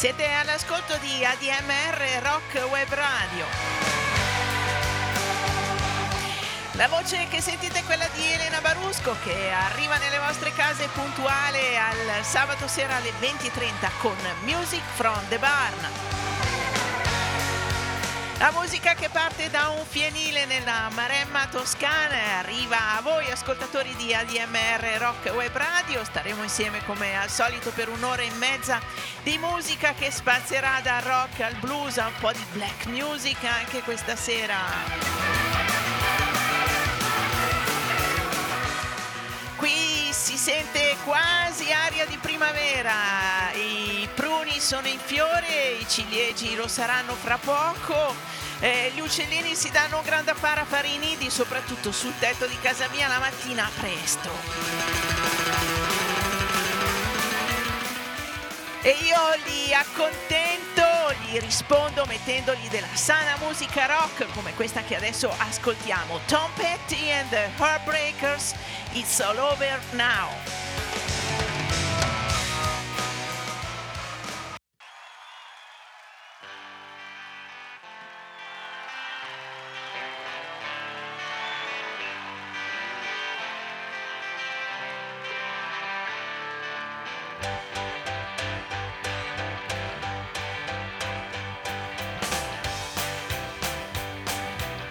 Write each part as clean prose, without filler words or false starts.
Siete all'ascolto di ADMR Rock Web Radio. La voce che sentite è quella di Elena Barusco, che arriva nelle vostre case puntuale al sabato sera alle 20:30 con Music from the Barn. La musica che parte da un fienile nella Maremma toscana e arriva a voi ascoltatori di ADMR Rock Web Radio. Staremo insieme come al solito per un'ora e mezza di musica che spazierà dal rock al blues a un po' di black music anche questa sera. Qui si sente quasi aria di primavera, i pruni sono in fiore, i ciliegi lo saranno fra poco, gli uccellini si danno un gran da fare a fare i nidi, soprattutto sul tetto di casa mia la mattina presto. E io li accontento, gli rispondo mettendogli della sana musica rock come questa che adesso ascoltiamo, Tom Petty and the Heartbreakers, It's All Over Now.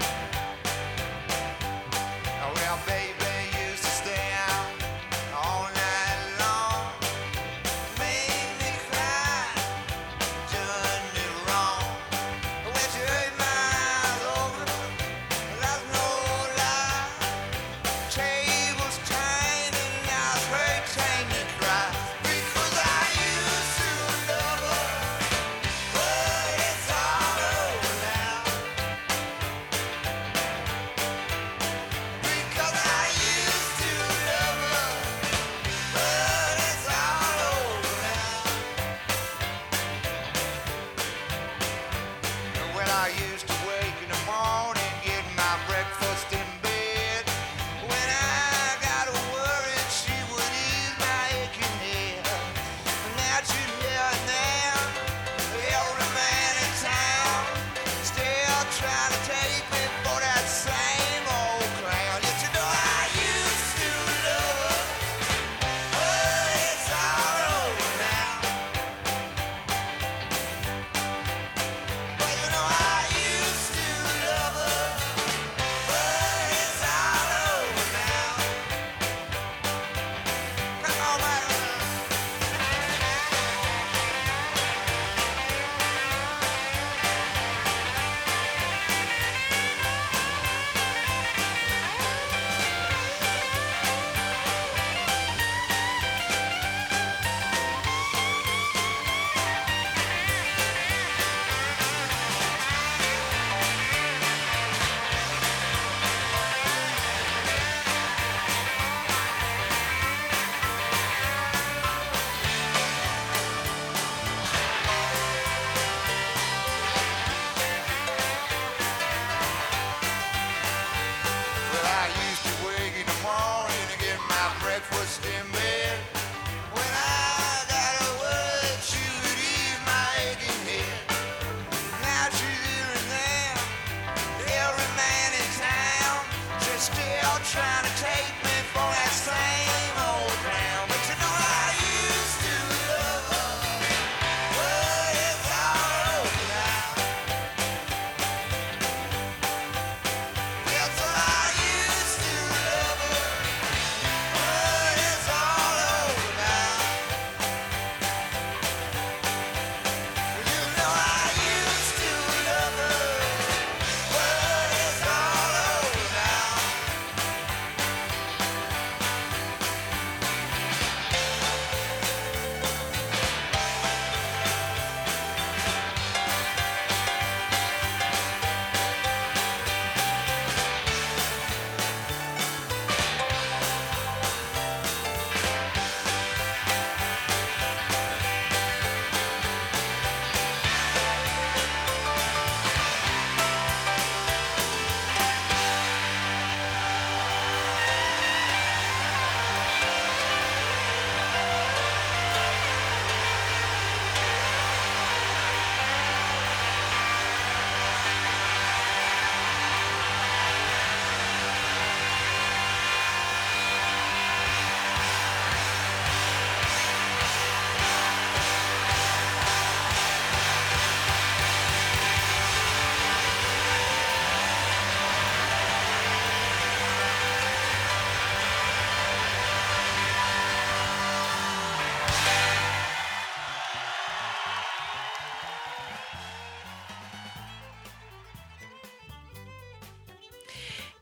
Well, baby used to stay out all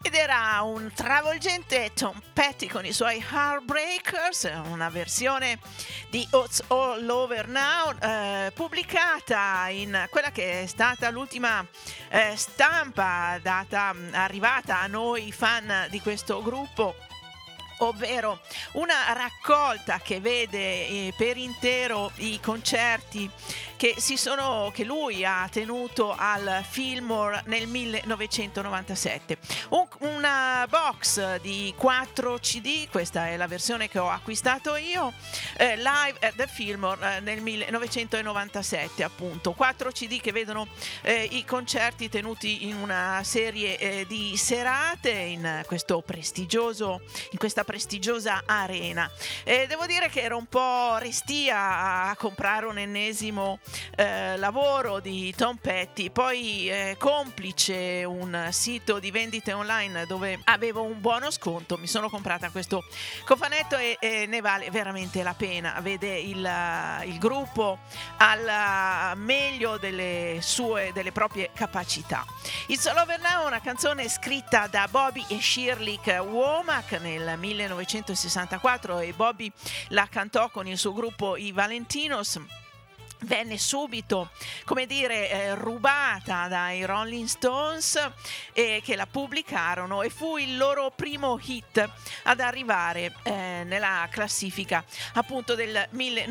ed era un travolgente Tom Petty con i suoi Heartbreakers, una versione di It's All Over Now, pubblicata in quella che è stata l'ultima stampa arrivata a noi fan di questo gruppo, ovvero una raccolta che vede per intero i concerti che lui ha tenuto al Fillmore nel 1997. Una box di 4 CD, questa è la versione che ho acquistato io, live at the Fillmore nel 1997, appunto. 4 CD che vedono i concerti tenuti in una serie di serate in questa prestigiosa arena. Devo dire che ero un po' restia a comprare un ennesimo lavoro di Tom Petty, poi complice un sito di vendite online dove avevo un buono sconto, mi sono comprata questo cofanetto e ne vale veramente la pena. Vede il gruppo al meglio delle proprie capacità. It's All Over Now è una canzone scritta da Bobby e Shirley Womack nel 1964 e Bobby la cantò con il suo gruppo i Valentinos. Venne subito, rubata dai Rolling Stones che la pubblicarono e fu il loro primo hit ad arrivare nella classifica appunto del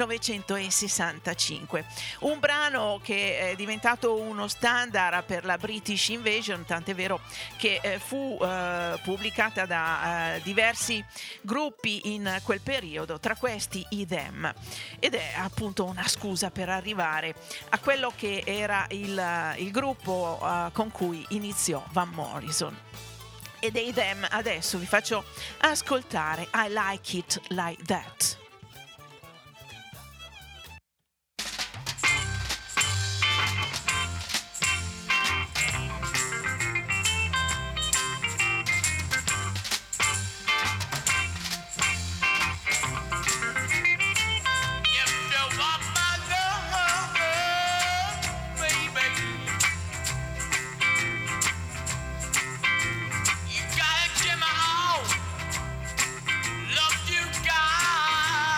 1965. Un brano che è diventato uno standard per la British Invasion, tant'è vero che fu pubblicata da diversi gruppi in quel periodo, tra questi i Them, ed è appunto una scusa per arrivare a quello che era il gruppo con cui iniziò Van Morrison. E dei Them adesso vi faccio ascoltare I Like It Like That. Love you, God.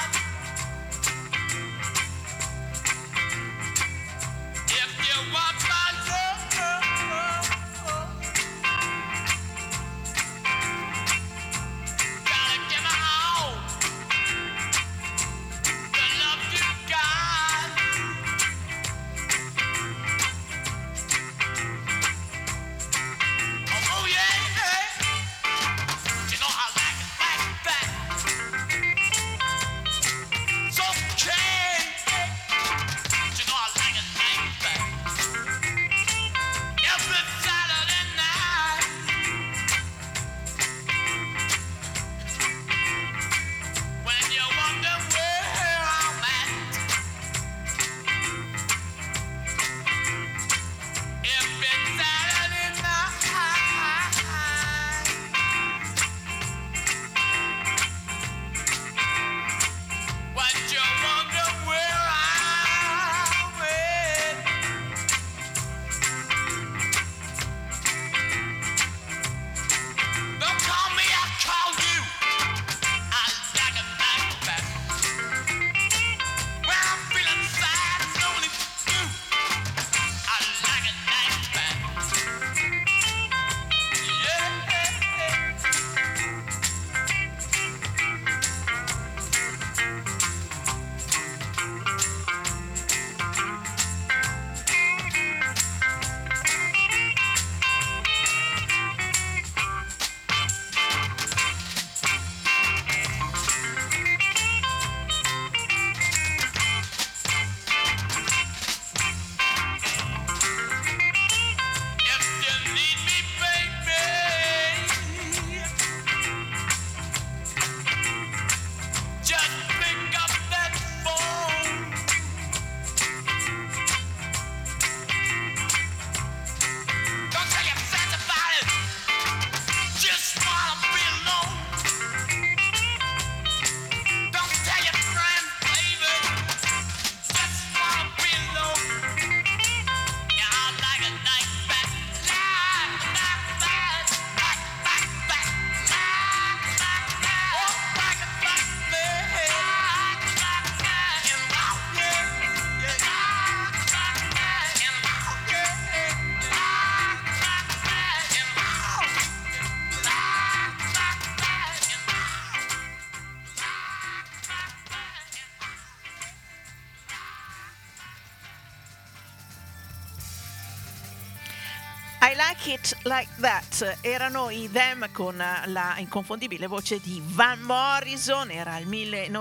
Like It Like That erano i Them con la inconfondibile voce di Van Morrison. Era il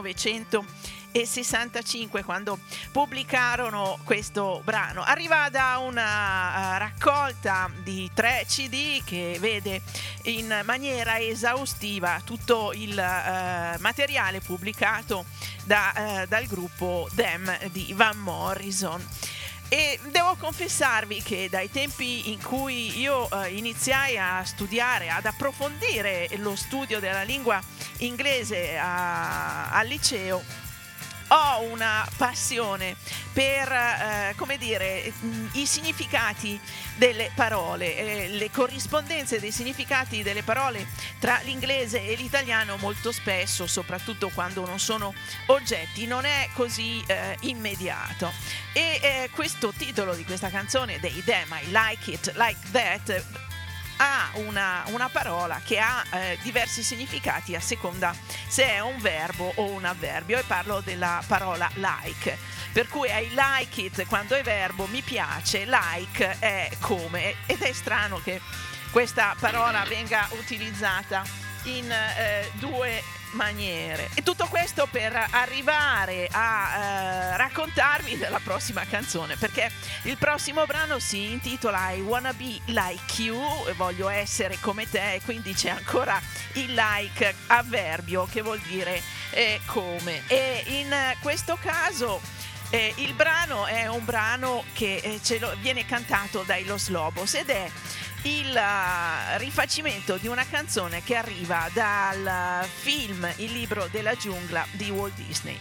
1965 quando pubblicarono questo brano. Arriva da una raccolta di 3 CD che vede in maniera esaustiva tutto il materiale pubblicato dal gruppo Them di Van Morrison. E devo confessarvi che dai tempi in cui io iniziai a studiare, ad approfondire lo studio della lingua inglese al liceo, ho una passione per, come dire, i significati delle parole, le corrispondenze dei significati delle parole tra l'inglese e l'italiano molto spesso, soprattutto quando non sono oggetti, non è così immediato. E questo titolo di questa canzone dei Them, I Like It Like That, ha una parola che ha diversi significati a seconda se è un verbo o un avverbio, e parlo della parola like. Per cui I like it quando è verbo, mi piace, like è come, ed è strano che questa parola venga utilizzata in due maniere. E tutto questo per arrivare a raccontarvi della prossima canzone, perché il prossimo brano si intitola I Wanna Be Like You, voglio essere come te, e quindi c'è ancora il like avverbio che vuol dire come. E in questo caso il brano è un brano che viene cantato dai Los Lobos ed è il rifacimento di una canzone che arriva dal film Il libro della giungla di Walt Disney.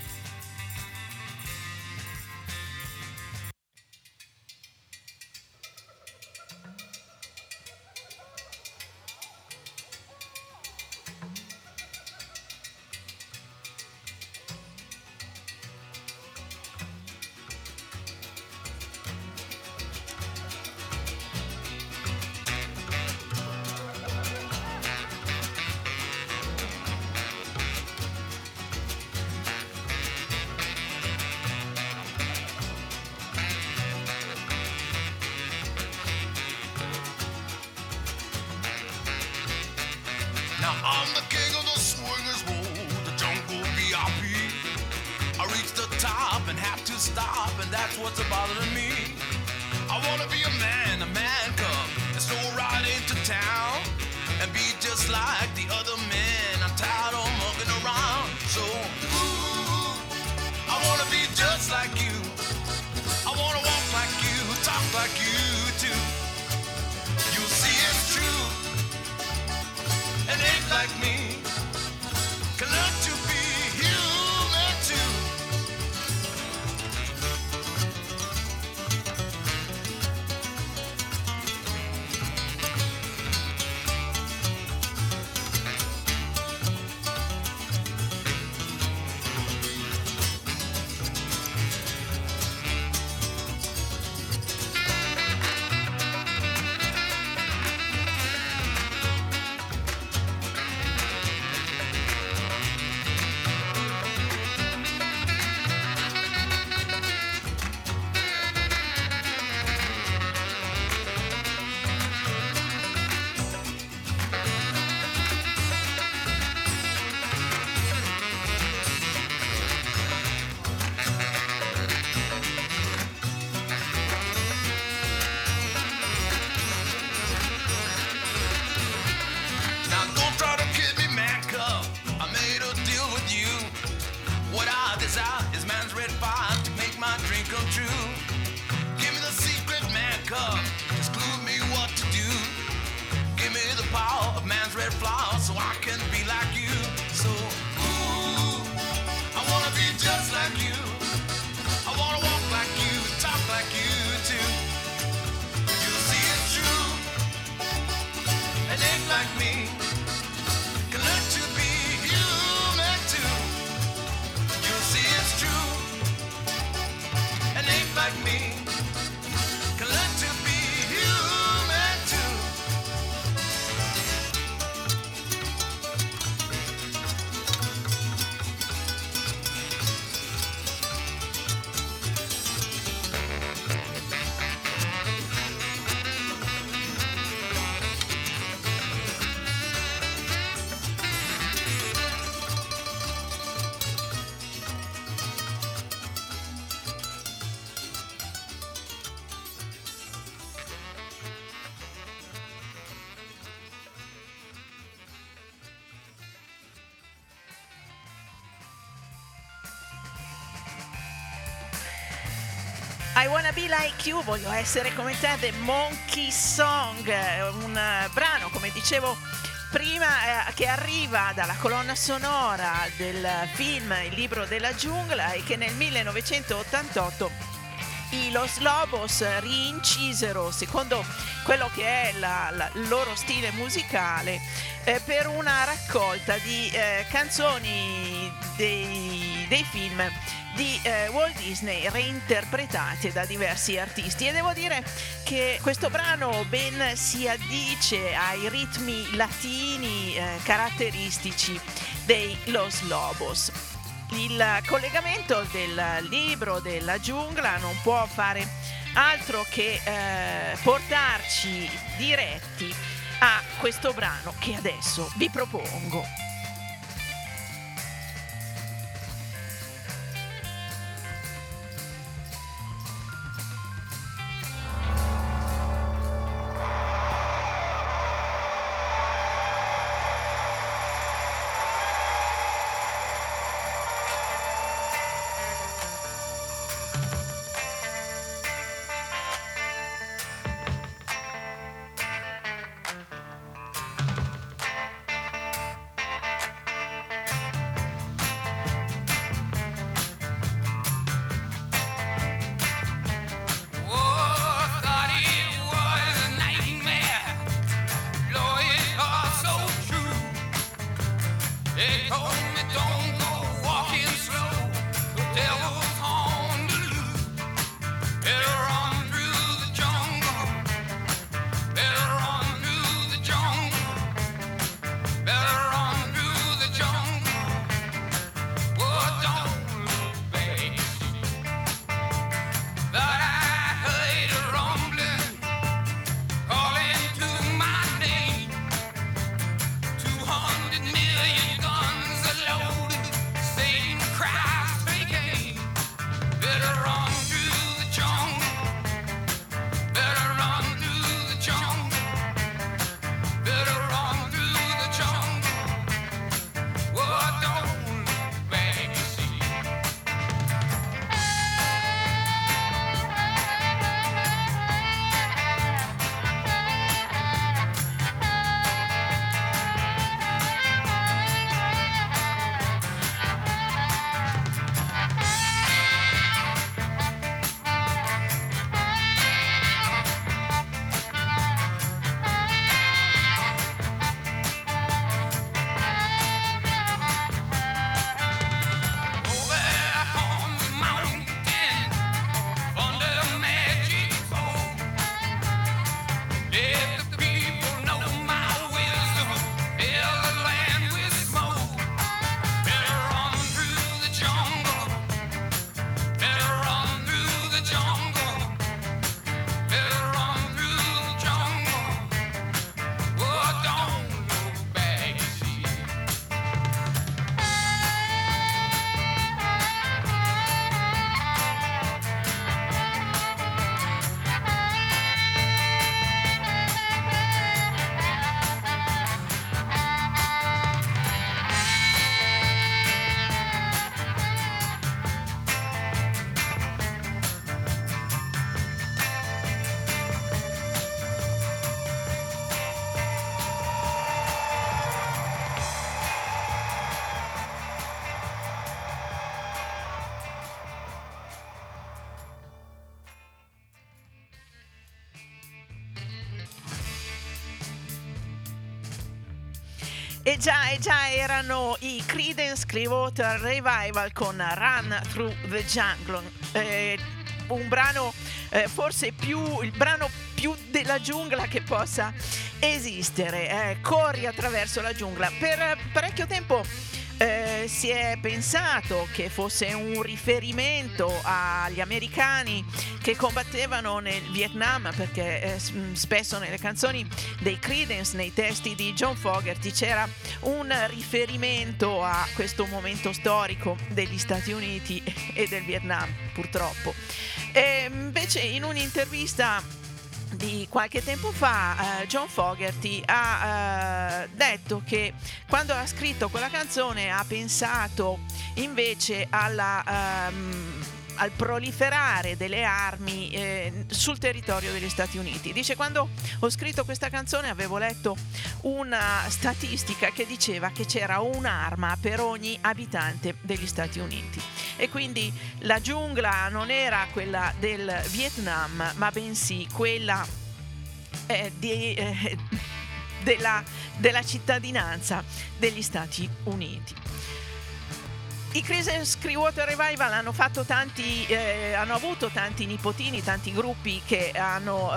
Now I'm the king of the swingers road, the jungle VIP. I reach the top and have to stop, and that's what's bothering me. I wanna be a man cub, and stroll right into town, and be just like the other men. I'm tired of mucking around, so ooh, I wanna be just like you. I wanna walk like you, talk like you too. You see it's true. An ape like me can learn to be human too. I Wanna Be Like You, voglio essere come te, The Monkey Song, un brano, come dicevo prima, che arriva dalla colonna sonora del film Il libro della giungla e che nel 1988 i Los Lobos rincisero, secondo quello che è il loro stile musicale, per una raccolta di canzoni dei film di Walt Disney reinterpretate da diversi artisti, e devo dire che questo brano ben si addice ai ritmi latini caratteristici dei Los Lobos. Il collegamento del libro della giungla non può fare altro che portarci diretti a questo brano che adesso vi propongo. E già erano i Creedence Clearwater Revival con Run Through the Jungle, un brano forse il brano più della giungla che possa esistere. Corri attraverso la giungla. Per parecchio tempo si è pensato che fosse un riferimento agli americani che combattevano nel Vietnam, perché spesso nelle canzoni dei Creedence, nei testi di John Fogerty, c'era un riferimento a questo momento storico degli Stati Uniti e del Vietnam, purtroppo. E invece in un'intervista di qualche tempo fa John Fogerty ha detto che quando ha scritto quella canzone ha pensato invece al proliferare delle armi sul territorio degli Stati Uniti. Dice: quando ho scritto questa canzone avevo letto una statistica che diceva che c'era un'arma per ogni abitante degli Stati Uniti, e quindi la giungla non era quella del Vietnam, ma bensì quella della cittadinanza degli Stati Uniti. I Creedence Clearwater Revival hanno avuto tanti nipotini, tanti gruppi che hanno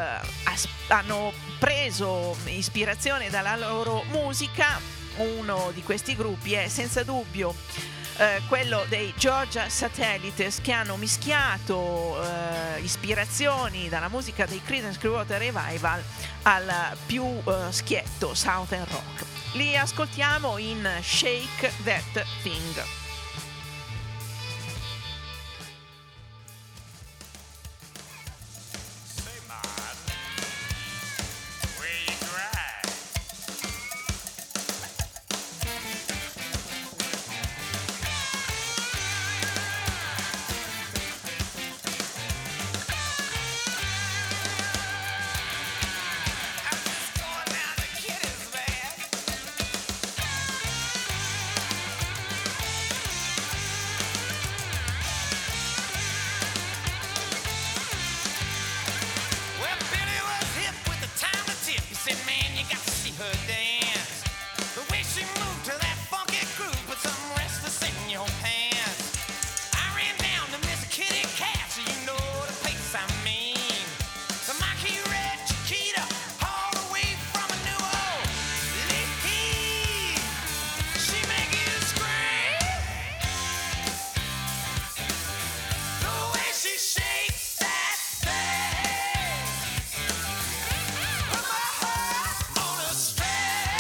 preso ispirazione dalla loro musica. Uno di questi gruppi è senza dubbio quello dei Georgia Satellites, che hanno mischiato ispirazioni dalla musica dei Creedence Clearwater Revival al più schietto Southern Rock. Li ascoltiamo in Shake That Thing. Shake that thing.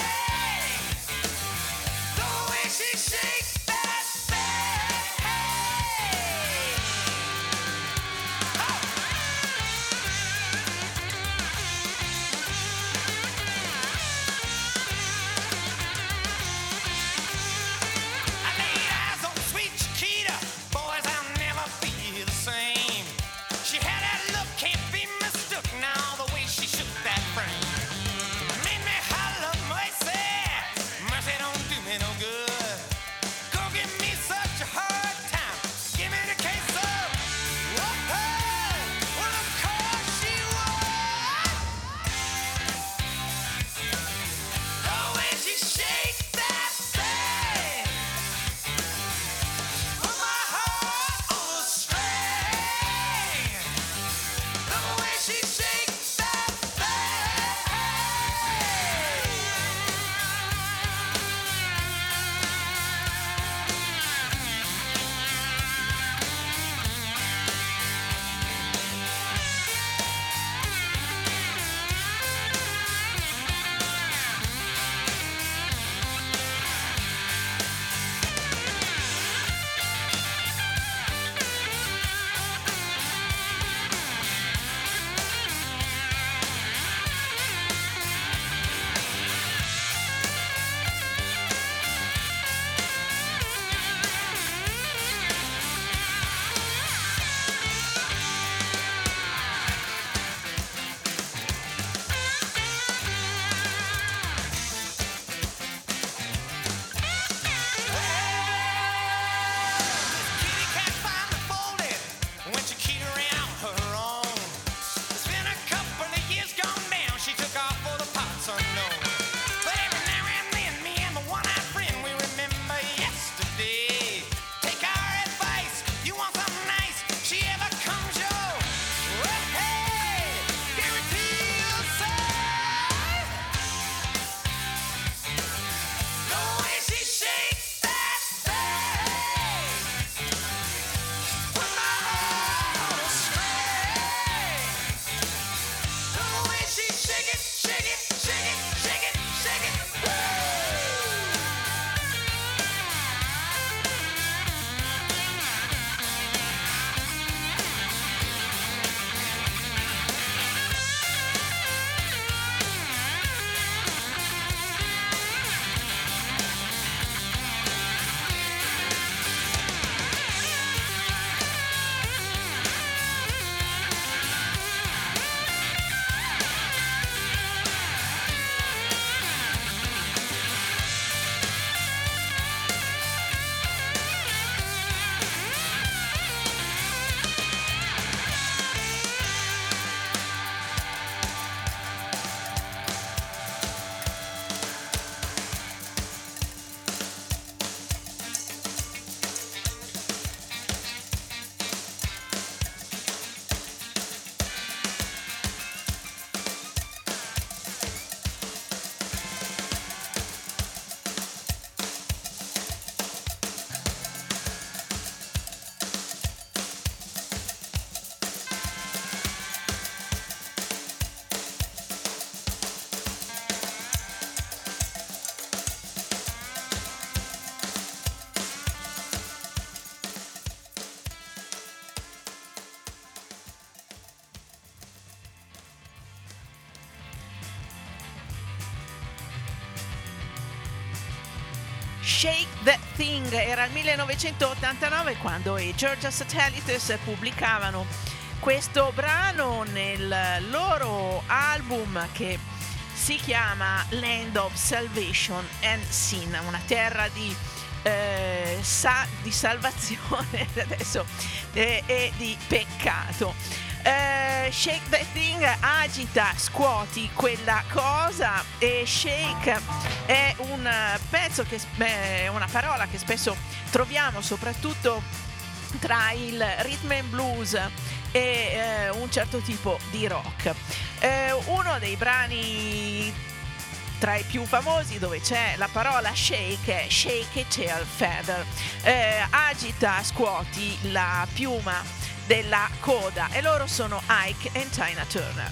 Shake That Thing era il 1989 quando i Georgia Satellites pubblicavano questo brano nel loro album che si chiama Land of Salvation and Sin, una terra di salvazione adesso e di peccato. Shake That Thing, agita, scuoti quella cosa, e shake è un pezzo che è una parola che spesso troviamo soprattutto tra il rhythm and blues e un certo tipo di rock. Uno dei brani tra i più famosi dove c'è la parola shake è Shake It Tail Feather, agita, scuoti la piuma della coda, e loro sono Ike e Tina Turner.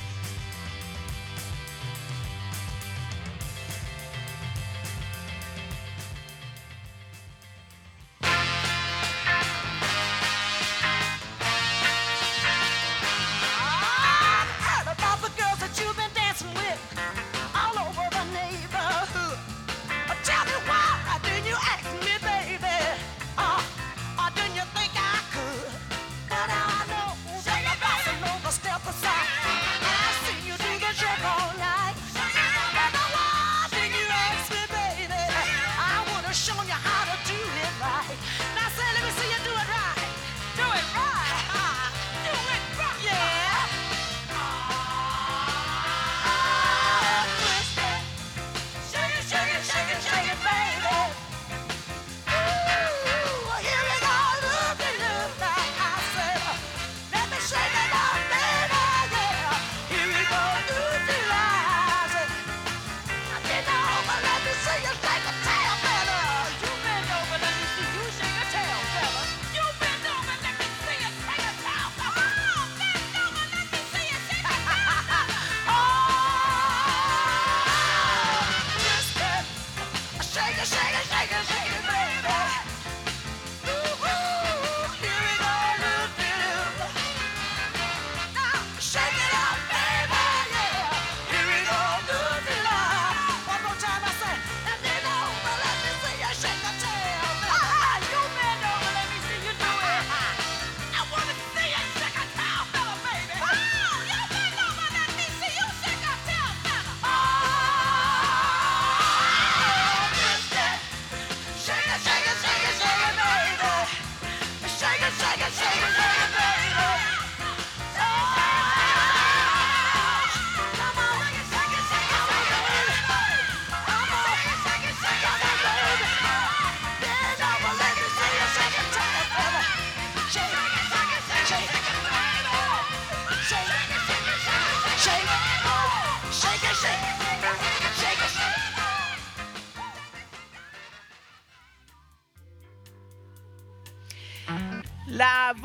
La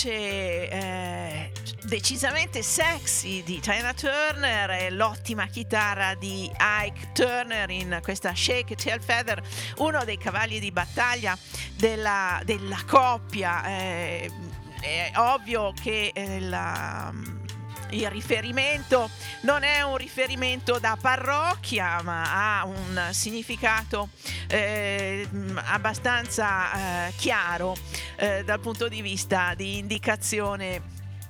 voce decisamente sexy di Tina Turner e l'ottima chitarra di Ike Turner in questa Shake It Tail Feather, uno dei cavalli di battaglia della coppia. È ovvio che il riferimento non è un riferimento da parrocchia, ma ha un significato abbastanza chiaro dal punto di vista di indicazione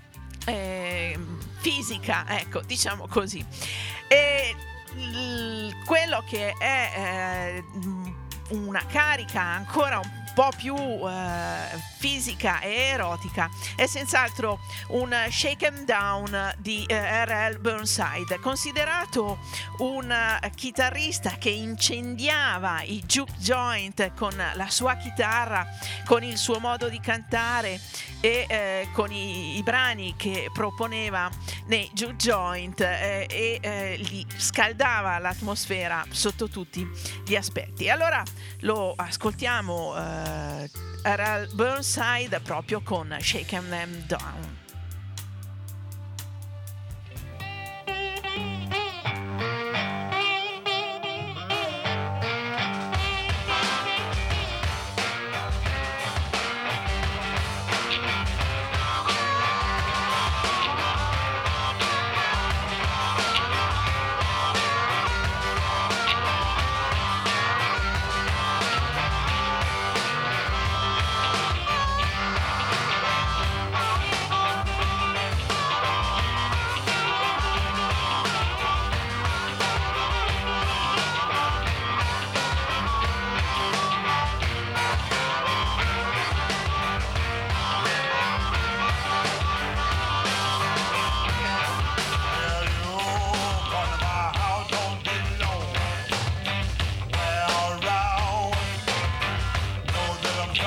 fisica, ecco, diciamo così. E quello che è una carica ancora un po' più fisica e erotica è senz'altro un Shake 'Em Down di R.L. Burnside, considerato un chitarrista che incendiava i juke joint con la sua chitarra, con il suo modo di cantare e con i brani che proponeva nei juke joint, e li scaldava l'atmosfera sotto tutti gli aspetti. Allora lo ascoltiamo R.L. Burnside proprio con Shake 'Em Down.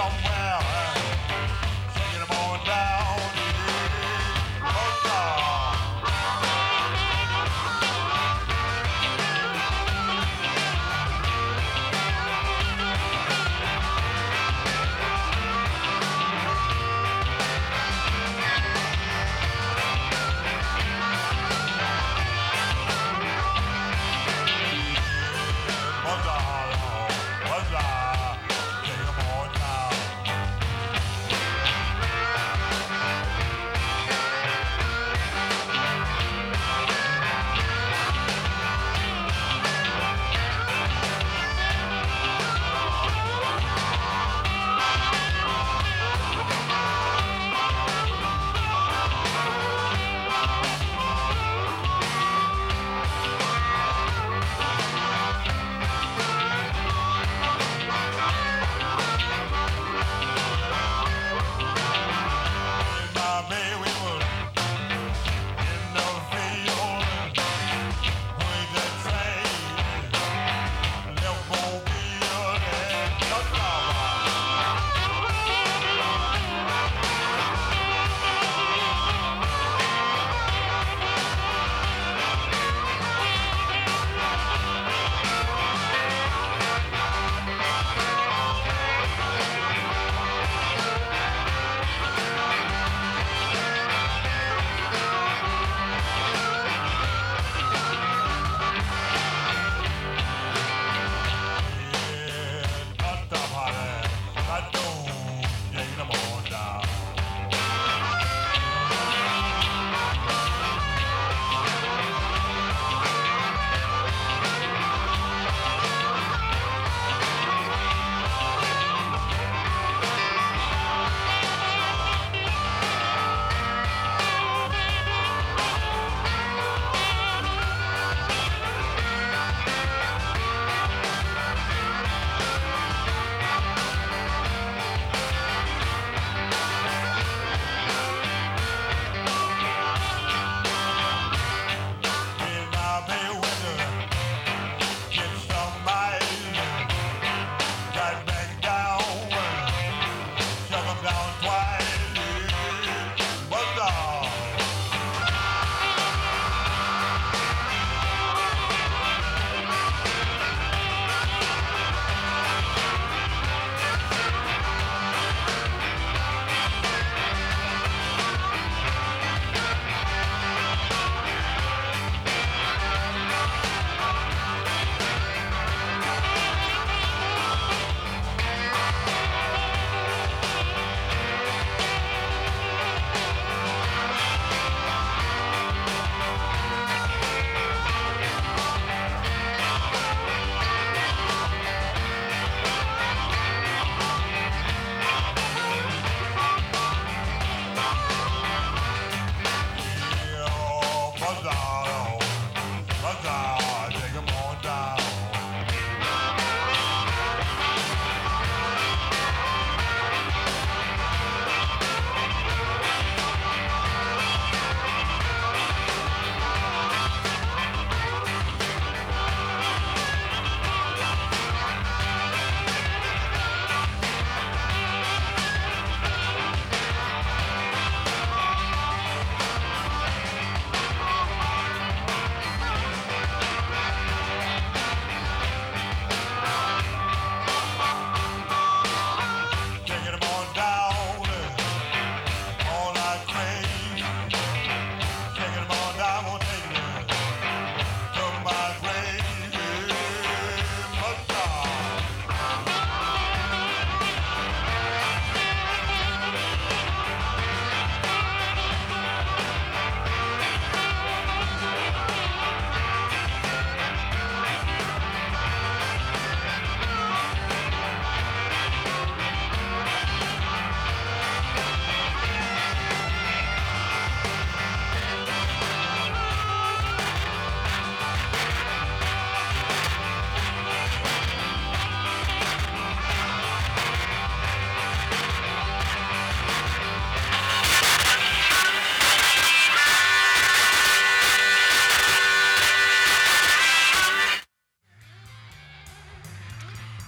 somewhere, taking them on down. Oh, yeah.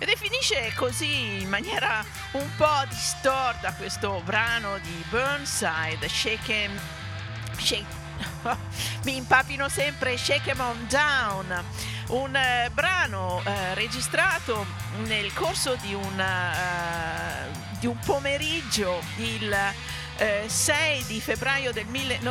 e definisce così in maniera un po' distorta questo brano di Burnside, mi impapino sempre, Shake 'Em On Down, un brano registrato nel corso di un pomeriggio il 6 di febbraio del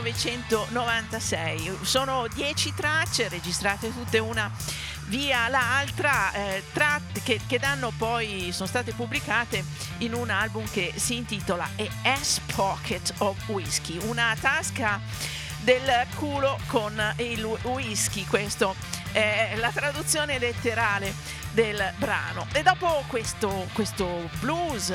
1996. Sono 10 tracce registrate tutte una via l'altra, che danno poi, sono state pubblicate in un album che si intitola A Ass Pocket of Whiskey, una tasca del culo con il whisky. Questo è la traduzione letterale del brano. E dopo questo blues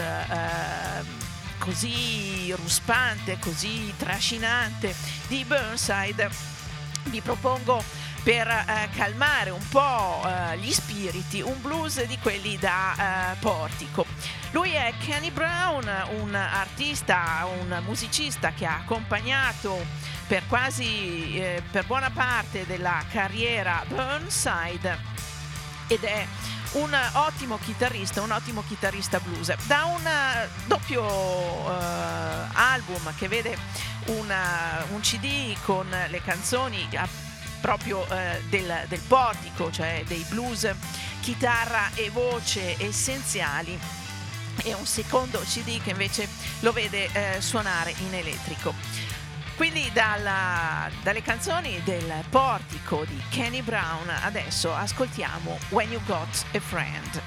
così ruspante, così trascinante di Burnside, vi propongo, per calmare un po' gli spiriti, un blues di quelli da portico. Lui è Kenny Brown, un artista, un musicista che ha accompagnato per buona parte della carriera Burnside, ed è un ottimo chitarrista blues. Da un doppio album che vede un CD con le canzoni proprio del portico, cioè dei blues, chitarra e voce essenziali, e un secondo CD che invece lo vede suonare in elettrico. Quindi dalle canzoni del portico di Kenny Brown adesso ascoltiamo When You Got a Friend.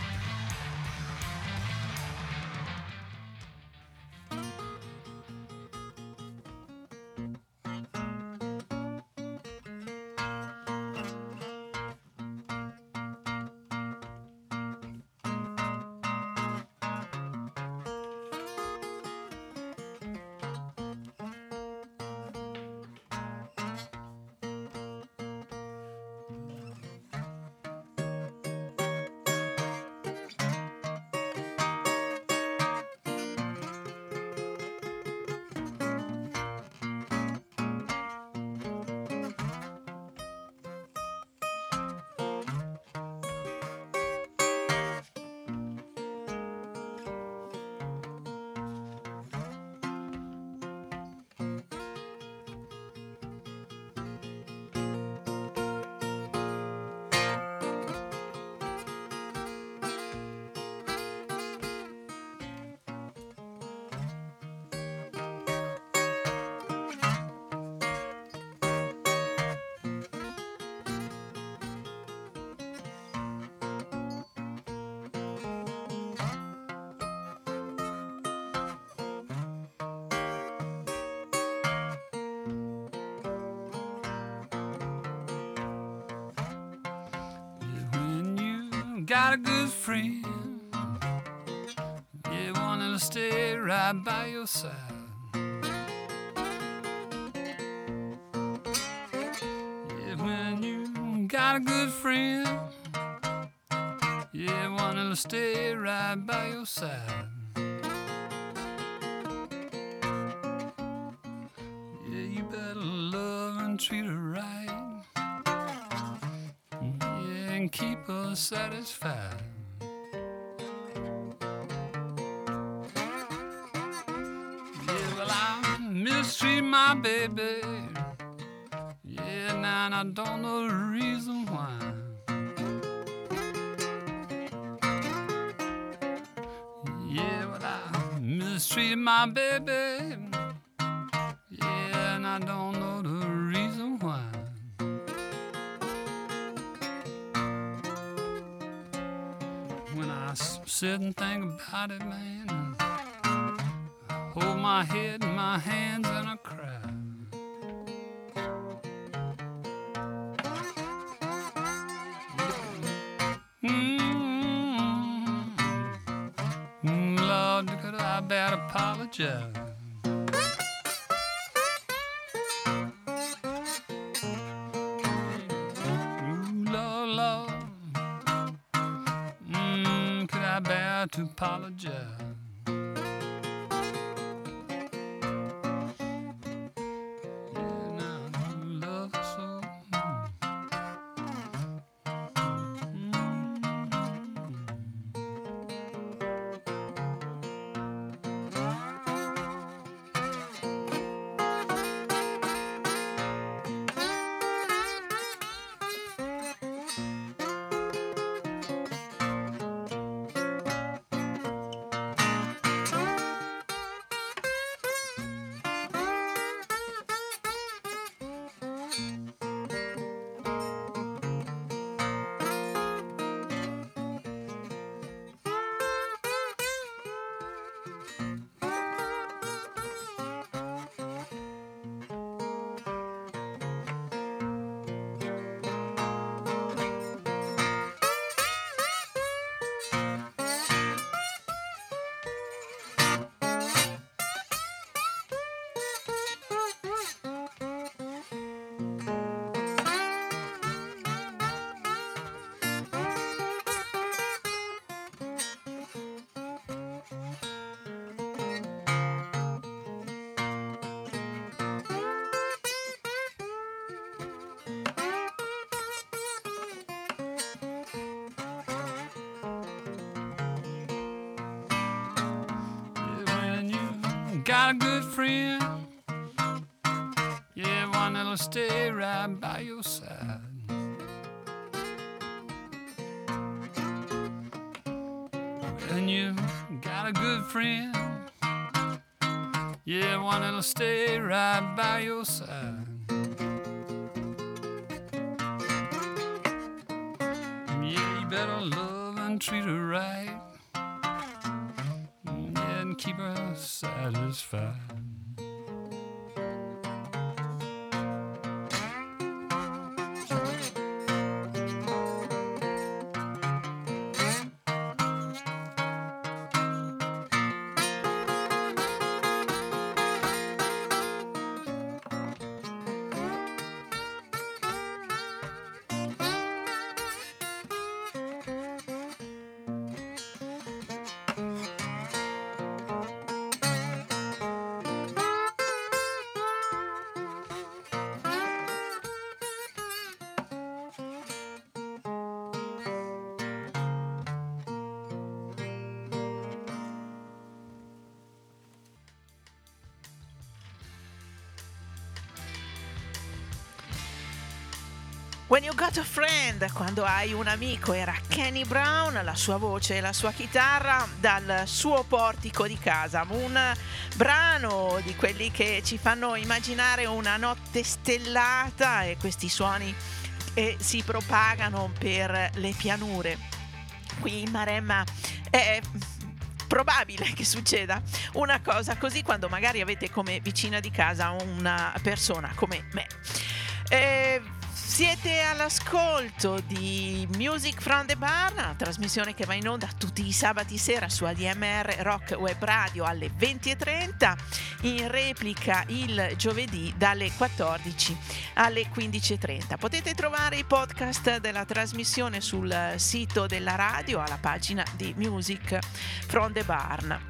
Got a good friend, yeah, wanting to stay right by your side. Yeah, when you got a good friend, yeah, wanting to stay right by your side. Yeah, you better love and treat her right. And keep us satisfied. Yeah, well, I mistreat my baby. Yeah, now and I don't know the reason why. Yeah, well, I mistreat my baby. Yeah, and I don't know the reason why. Sit and think about it, man. I hold my head in my hands and I cry. Lord, could I better apologize? To apologize. Yeah, now love so. got a good friend. Yeah, one that'll stay right by your side. And you got a good friend. Yeah, one that'll stay right by your side. Yeah, you better love and treat her right. Yeah, and keep her satisfied. When You Got a Friend, quando hai un amico, era Kenny Brown, la sua voce e la sua chitarra dal suo portico di casa. Un brano di quelli che ci fanno immaginare una notte stellata e questi suoni si propagano per le pianure. Qui in Maremma è probabile che succeda una cosa così quando magari avete come vicina di casa una persona come me. Siete all'ascolto di Music from the Barn, una trasmissione che va in onda tutti i sabati sera su ADMR Rock Web Radio alle 20:30, in replica il giovedì dalle 14 alle 15:30. Potete trovare i podcast della trasmissione sul sito della radio alla pagina di Music from the Barn.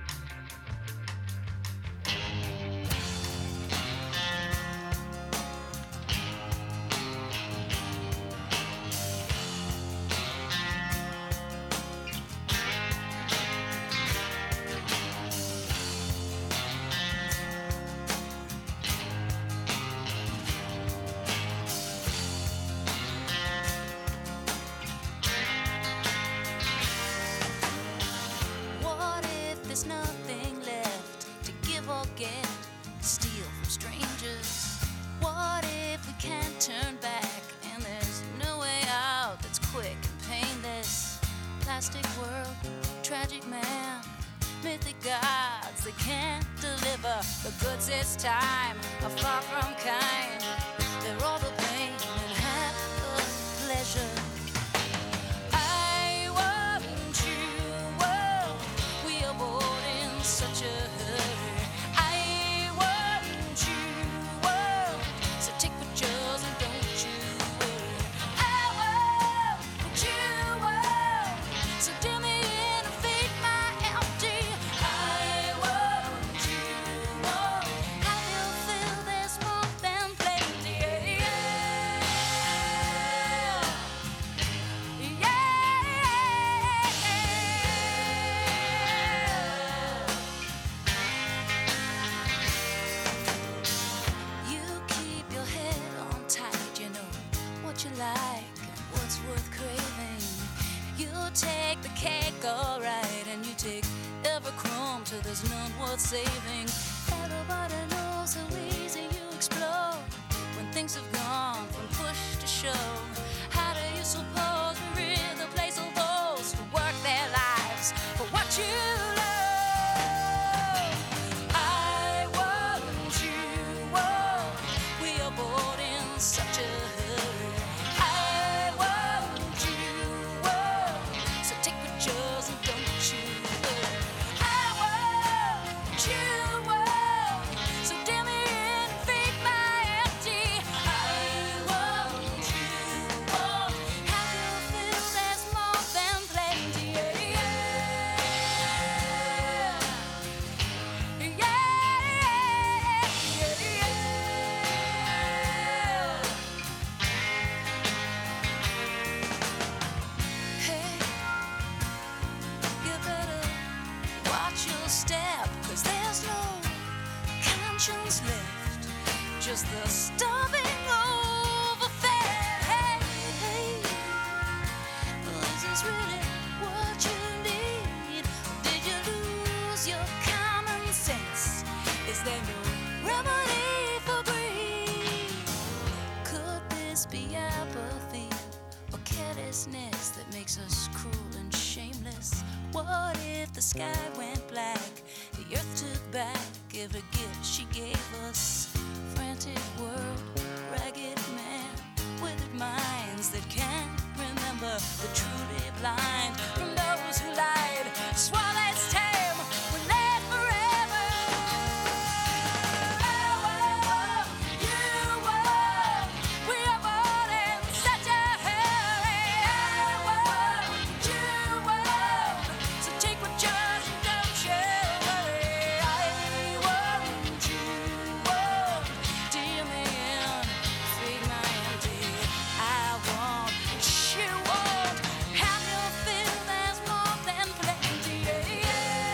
Saving. Everybody knows how easy you explode when things have gone from push to shove. How do you suppose we're in the place of those who work their lives for what you love? I want you all. We are bored in such a hurry. I want you all. So take pictures and don't you worry. You won't, so dim me in and feed my empty. I want you all. How you feel there's more than plenty. Yeah, yeah, yeah, yeah. Hey, you better watch your step, 'cause there's no stations left, just the stopping overfed. Hey, hey, is this really what you need? Did you lose your common sense? Is there no remedy for greed? Could this be apathy or carelessness that makes us cruel and shameless? What if the sky went black, the earth took back every gift she gave us? Frantic world, ragged man, withered minds that can't remember the truly blind from those who lied. Swallow its time, we're led forever. You were, we are born in such a hurry. You were, so take what yours and don't you worry. I want you, dear man, feed my empty. I want you, have your fill, there's more than plenty. Yeah,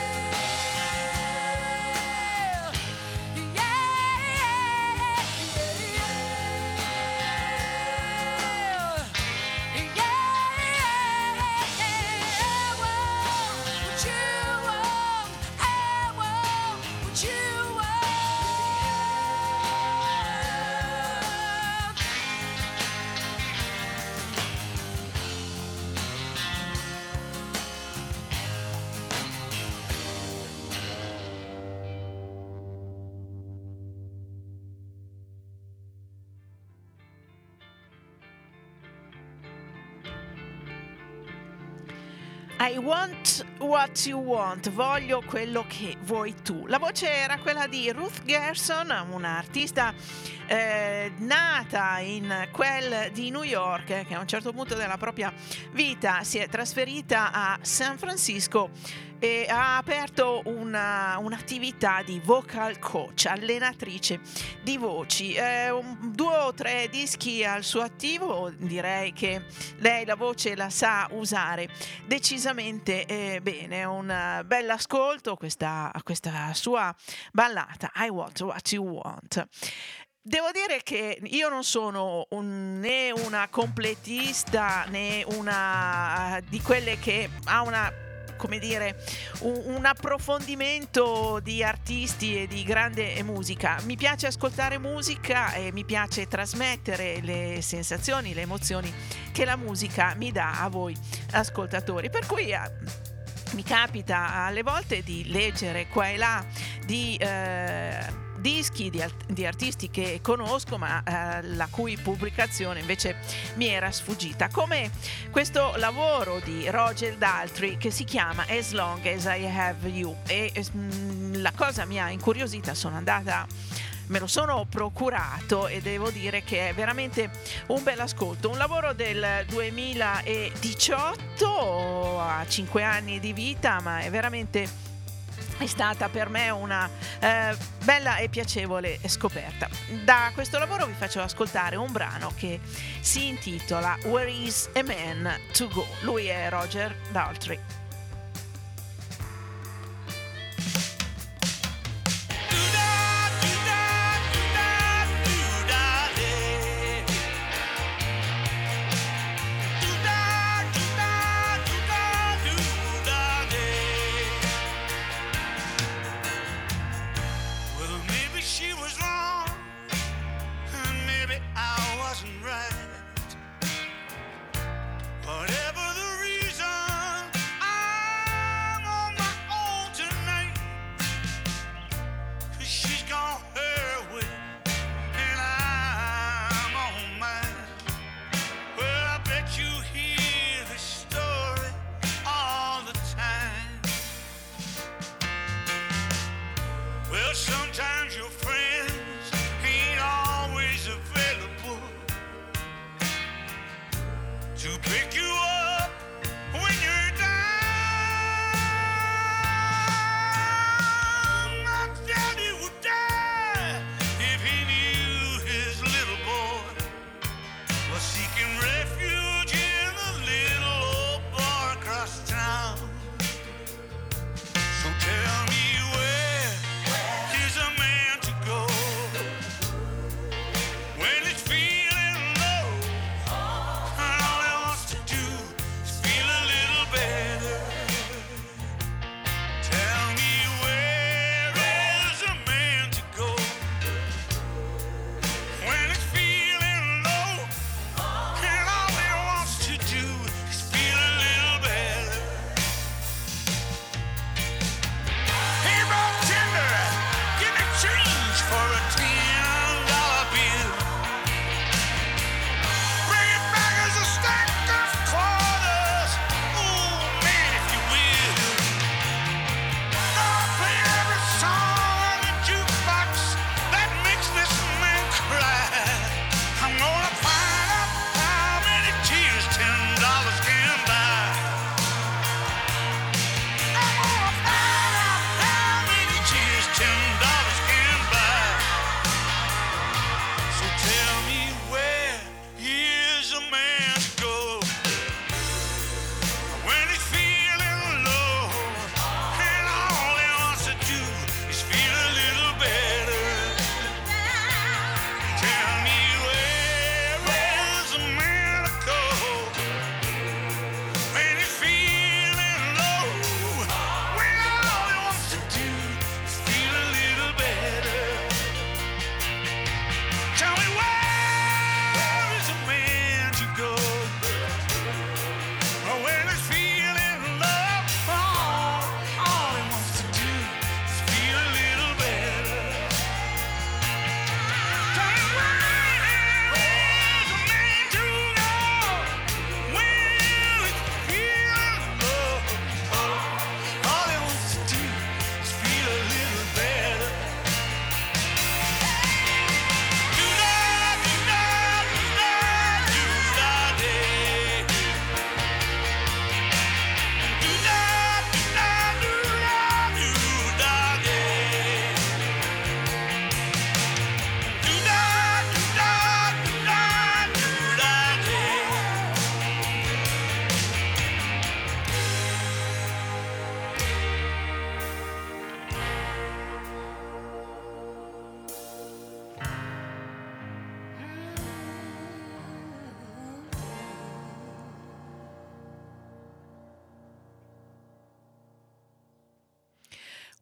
I want what you want, voglio quello che vuoi tu. La voce era quella di Ruth Gerson, un'artista nata in quel di New York, che a un certo punto della propria vita si è trasferita a San Francisco e ha aperto un'attività di vocal coach, allenatrice di voci. 2 o 3 dischi al suo attivo, direi che lei la voce la sa usare decisamente bene. Un bel ascolto questa sua ballata I Want What You Want. Devo dire che io non sono né una completista né una di quelle che ha un approfondimento di artisti e di grande musica. Mi piace ascoltare musica e mi piace trasmettere le sensazioni, le emozioni che la musica mi dà a voi ascoltatori, per cui mi capita alle volte di leggere qua e là di dischi di artisti che conosco ma la cui pubblicazione invece mi era sfuggita, come questo lavoro di Roger Daltrey che si chiama As Long As I Have You, e la cosa mi ha incuriosita, me lo sono procurato e devo dire che è veramente un bel ascolto. Un lavoro del 2018, ha 5 anni di vita, ma è stata per me una bella e piacevole scoperta. Da questo lavoro vi faccio ascoltare un brano che si intitola Where Is a Man to Go? Lui è Roger Daltrey. Whatever the reason, I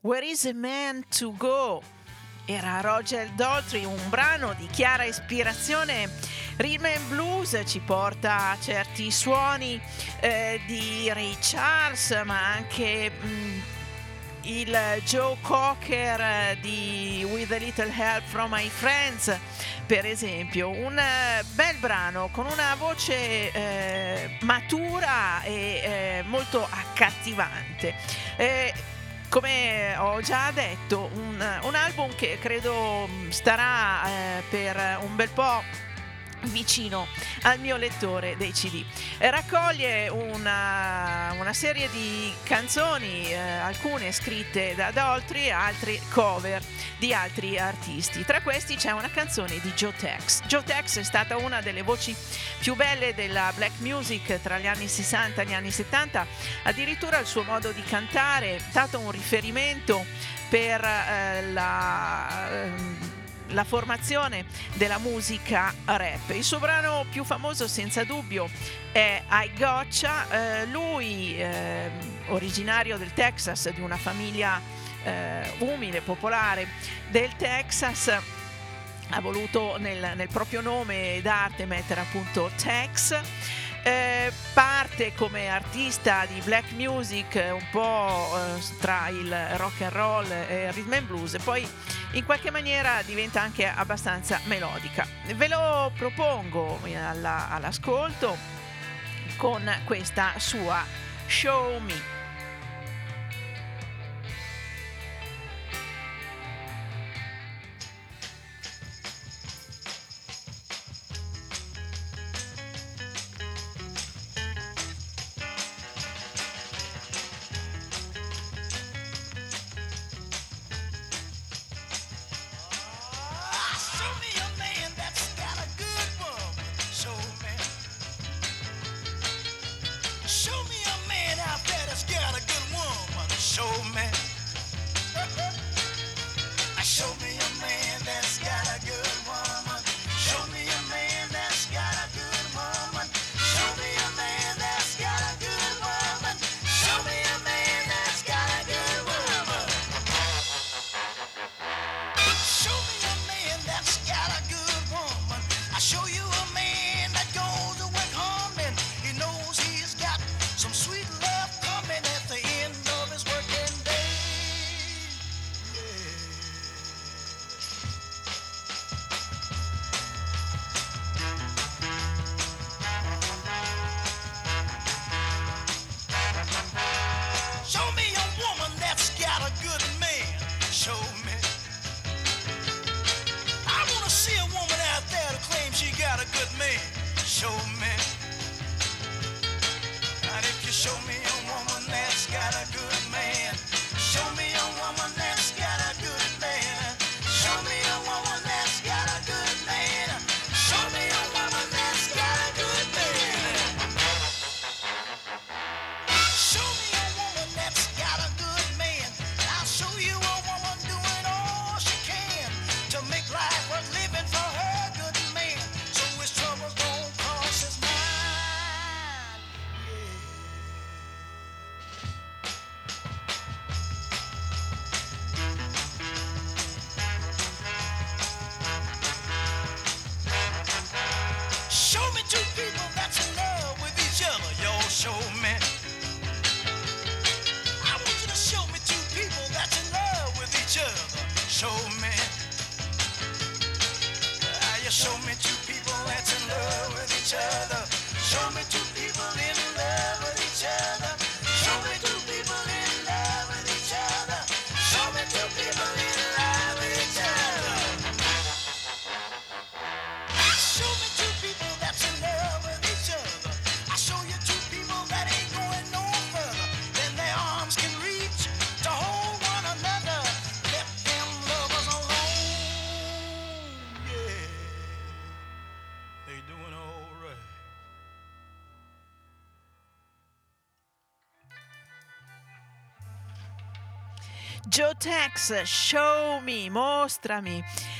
Where is a Man to Go? Era Roger Daltrey, un brano di chiara ispirazione rhythm and blues, ci porta a certi suoni di Ray Charles, ma anche il Joe Cocker di With a Little Help from My Friends, per esempio. Un bel brano con una voce matura e molto accattivante. Come ho già detto, un album che credo starà per un bel po' vicino al mio lettore dei CD. Raccoglie una serie di canzoni, alcune scritte da Daltrey, altre cover di altri artisti. Tra questi c'è una canzone di Joe Tex. Joe Tex è stata una delle voci più belle della black music tra gli anni 60 e gli anni 70, addirittura il suo modo di cantare è stato un riferimento per la formazione della musica rap. Il suo brano più famoso senza dubbio è I Gotcha. Lui originario del Texas, di una famiglia umile, popolare del Texas, ha voluto nel proprio nome d'arte mettere appunto Tex. Parte come artista di black music un po' tra il rock and roll e il rhythm and blues, e poi in qualche maniera diventa anche abbastanza melodica. Ve lo propongo all'ascolto con questa sua Show Me. Joe Tex, Show Me, mostrami.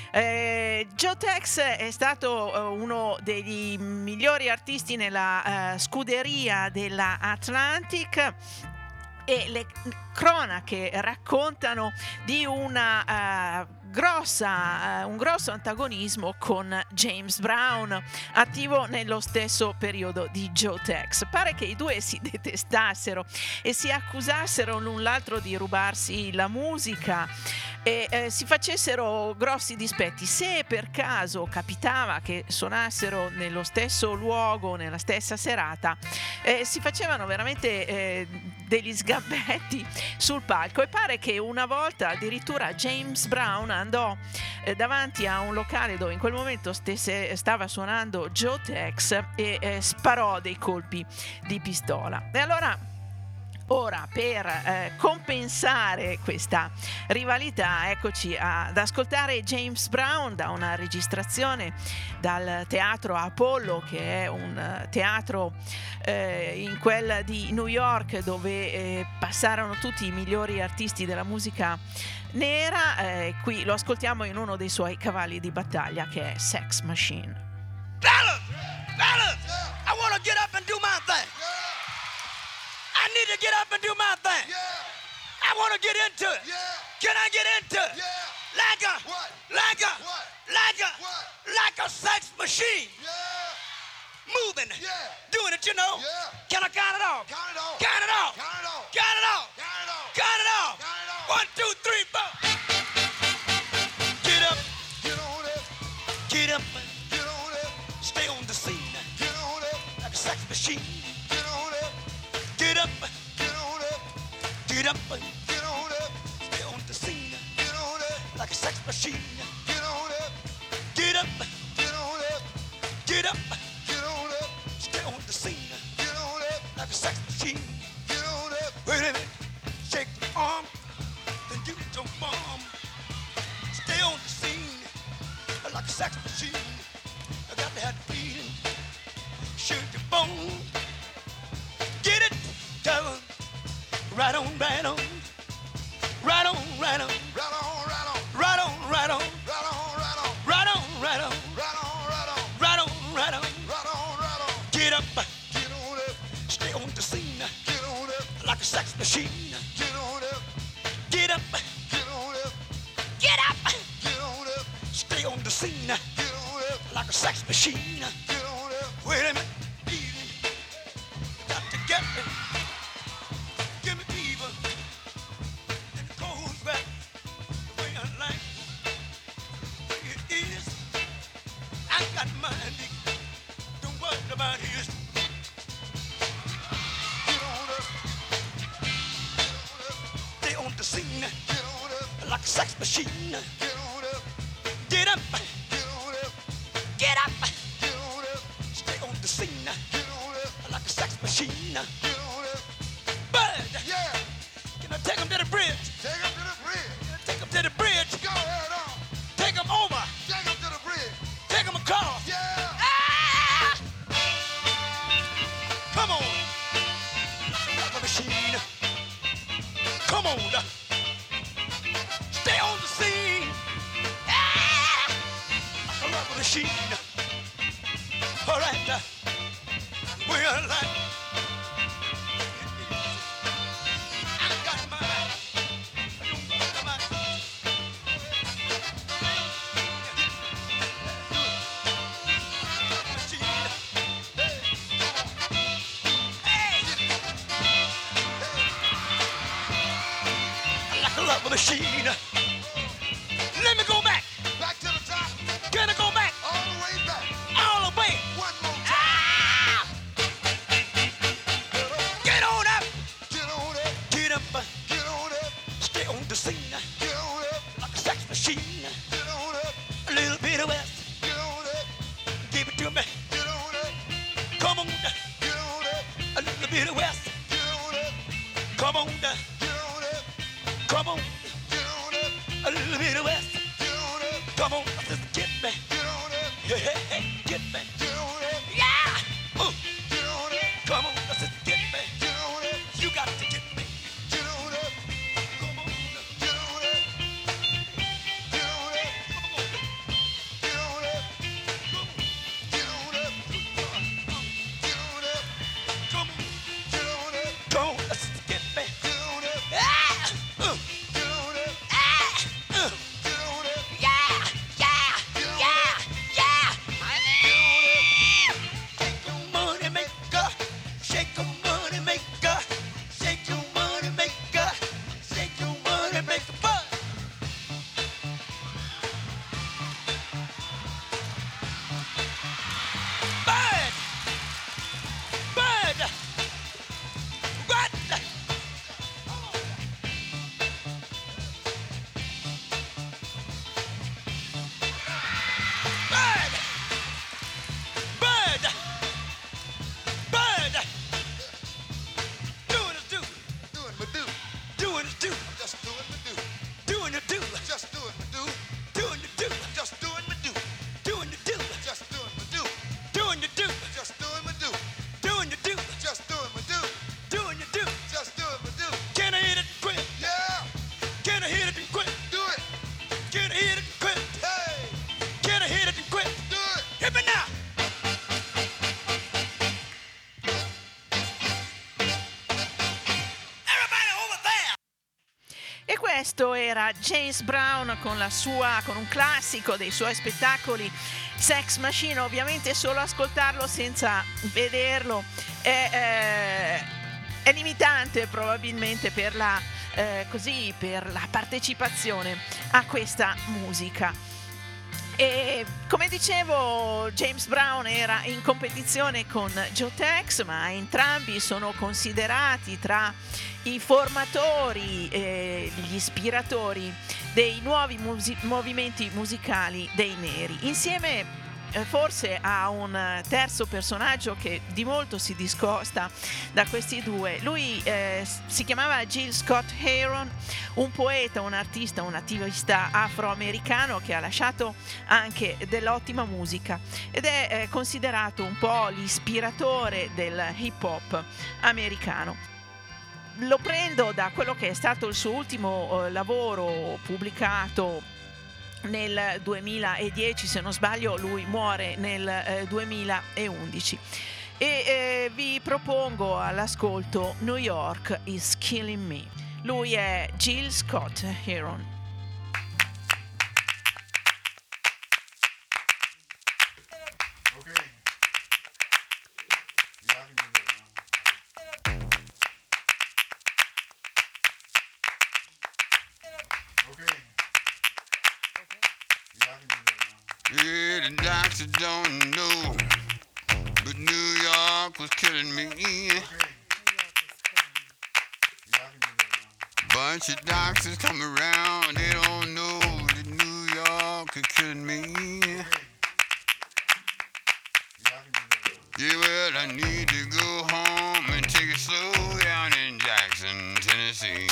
Joe Tex è stato uno dei migliori artisti nella scuderia della Atlantic. e le cronache raccontano di un grosso antagonismo con James Brown, attivo nello stesso periodo di Joe Tex. Pare che i due si detestassero e si accusassero l'un l'altro di rubarsi la musica e si facessero grossi dispetti. Se per caso capitava che suonassero nello stesso luogo, nella stessa serata, si facevano veramente degli sgambetti sul palco, e pare che una volta addirittura James Brown andò davanti a un locale dove in quel momento stava suonando Joe Tex e sparò dei colpi di pistola. E allora, ora, per compensare questa rivalità, eccoci ad ascoltare James Brown da una registrazione dal Teatro Apollo, che è un teatro in quel di New York dove passarono tutti i migliori artisti della musica nera. Qui lo ascoltiamo in uno dei suoi cavalli di battaglia, che è Sex Machine. Fellas, I want to get up and do my thing. I need to get up and do my thing. I want to get into it. Can I get into it? Like a sex machine. Moving, doing it, you know. Can I count it off? Count it off. Count it off. Count it off. Count it off. Count it off. Count it off. Count it off. 1, 2, 3, 4. Get up. Get on it. Get up. Get on it. Stay on the scene. Get on it. Like a sex machine. Get on it. Get up. Get on it. Get up. Get on it. Stay on the scene. Get on it. Like a sex machine. Get on it. Get up. Get on it. Get up. Get on it. Stay on the scene. Get on it. Like a sex machine. Get on it. Wait a minute. Shake the arm. Then you jump bomb. Stay on the scene. Like a sex machine. I got to have the feeling. Shoot your bone. Get it done. Right on, right on. Right on, right on. Right on, right on. Right on, right on. Right on, right on. Right on, right on. Right on, right on. Right on, right on. Right on, right on. Get up. Get on it. Stay on the scene. Get on it. Like a sex machine. Get on it. Get up. Get on it. Get up. Get on it. Stay on the scene. Get on it. Like a sex machine. Get on it. Wait a minute. Easy. Got to get me. Give me fever. And it goes back the way I like. The way it is. I got mine. Don't worry about his. Get on up. Stay on the scene. Get on up. Like a sex machine. Get on up. Get up. Get on up. Get up. Get on up. Stay on the scene. Get on up. Like a sex machine. Get on up. Bud. Yeah. Can I take him to the bridge? Take him to the bridge. Take him to the bridge. Go ahead on. Take him over. Take him to the bridge. Take him across. Yeah. Ah! Come on. Like a machine. Come on. Stay on the scene. Ah! Like a rubber machine. All right. We're like. I got mine. I don't want mine. Machine. Hey. Like a rubber machine. Let me go back. Back to the top. Can I go back? All the way back. All the way. One more time. Ah! Get on up. Get on up. Get up. Get on up. Stay on the scene. Get on up. Like a sex machine. Get on up. A little bit of west. Get on up. Give it to me. Get on up. Come on. Get on up. A little bit of west. Get on up. Come on. Get on up. Come on. Get on up. A little bit of west. Get on up. Come on. Just get me. Get on up. Yeah, hey, hey, get me. Get on up. Yeah. Get on up. Come on. Just get me. Get on up. You got to get me. Get on up. Come on. Get on up. Get on up. Get on up. Get on up. Get on up. Come on. Get on up. Come on. Just get me. Get doing the do. Just doing my do. Doing the do. Just doing my do. Doing the do. Just doing my do. Doing the do. Just doing my do. Doing the do. Just doing my do. Doing the do. Just doing my do. Doing the do. Just doing my do. Can I hit it and quit? Yeah. Can I hit it and quit? Do it. Can I hit it and quit? Hey. Can I hit it and quit? Do it. Hit me now. Everybody over there. E questo era James Brown con un classico dei suoi spettacoli, Sex Machine. Ovviamente solo ascoltarlo senza vederlo è limitante probabilmente per la partecipazione a questa musica. E come dicevo, James Brown era in competizione con Joe Tex, ma entrambi sono considerati tra i formatori e gli ispiratori dei nuovi movimenti musicali dei neri, insieme forse a un terzo personaggio che di molto si discosta da questi due. Lui si chiamava Gil Scott Heron, un poeta, un artista, un attivista afroamericano che ha lasciato anche dell'ottima musica ed è considerato un po' l'ispiratore del hip hop americano. Lo prendo da quello che è stato il suo ultimo lavoro pubblicato nel 2010, se non sbaglio lui muore nel 2011 e vi propongo all'ascolto New York is Killing Me. Lui è Gil Scott Heron. Yeah, the doctor don't know, but New York was killing me. Bunch of doctors come around, they don't know that New York is killing me. Yeah, well, I need to go home and take it slow down in Jackson, Tennessee.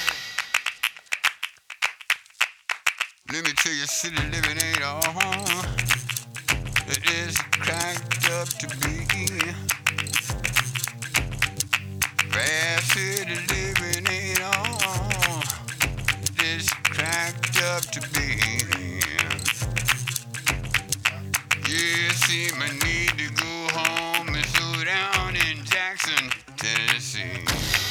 Let me tell you, city living ain't all it is cracked up to be. Fast city living ain't all it is cracked up to be. Yeah, see, I need to go home and slow down in Jackson, Tennessee.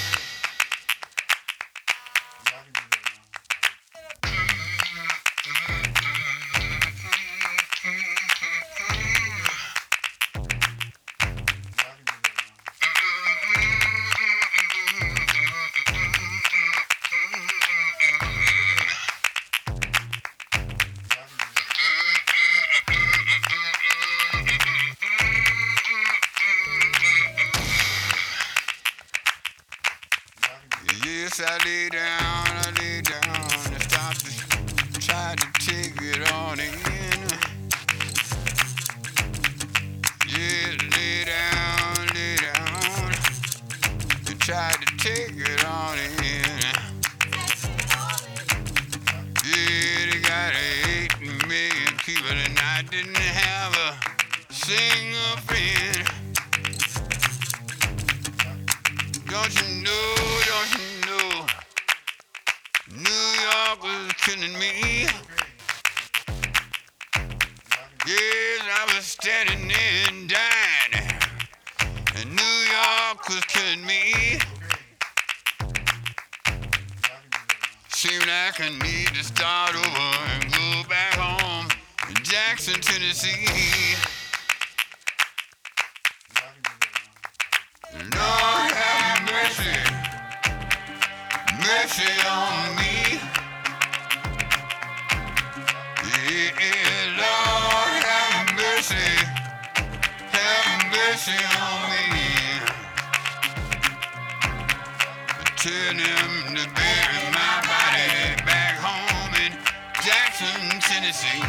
Yes, I lay down and stop to try to take it on in. Yeah, lay down and try to take it on in. Yeah, they got 8 million people and I didn't have a single friend. Don't you know, New York was killing me. Yes, I was standing there and dying, and New York was killing me. Seemed like I need to start over and go back home in Jackson, Tennessee. Lord have mercy, mercy on me. Yeah, Lord have mercy on me. Tell them to bury my body back home in Jackson, Tennessee.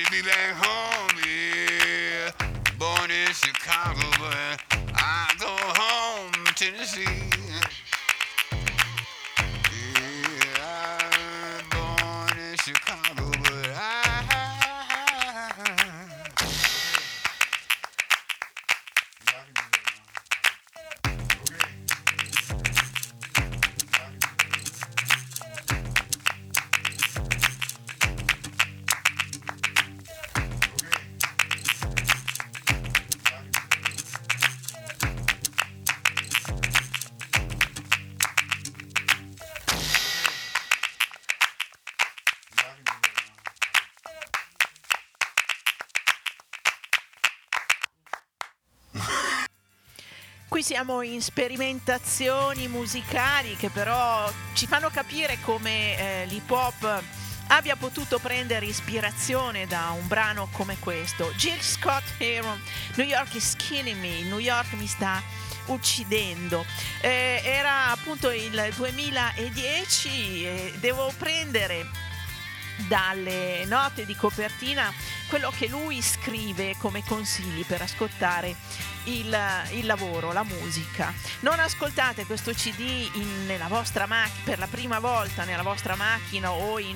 takes me back home, yeah. Born in Chicago, but I go home, Tennessee. Yeah, I'm born in Chicago, but Qui siamo in sperimentazioni musicali che però ci fanno capire come l'hip hop abbia potuto prendere ispirazione da un brano come questo. Jill Scott Heron, New York is killing me, New York mi sta uccidendo. Era appunto il 2010 e devo prendere dalle note di copertina quello che lui scrive come consigli per ascoltare il lavoro, la musica. Non ascoltate questo CD nella vostra per la prima volta nella vostra macchina o in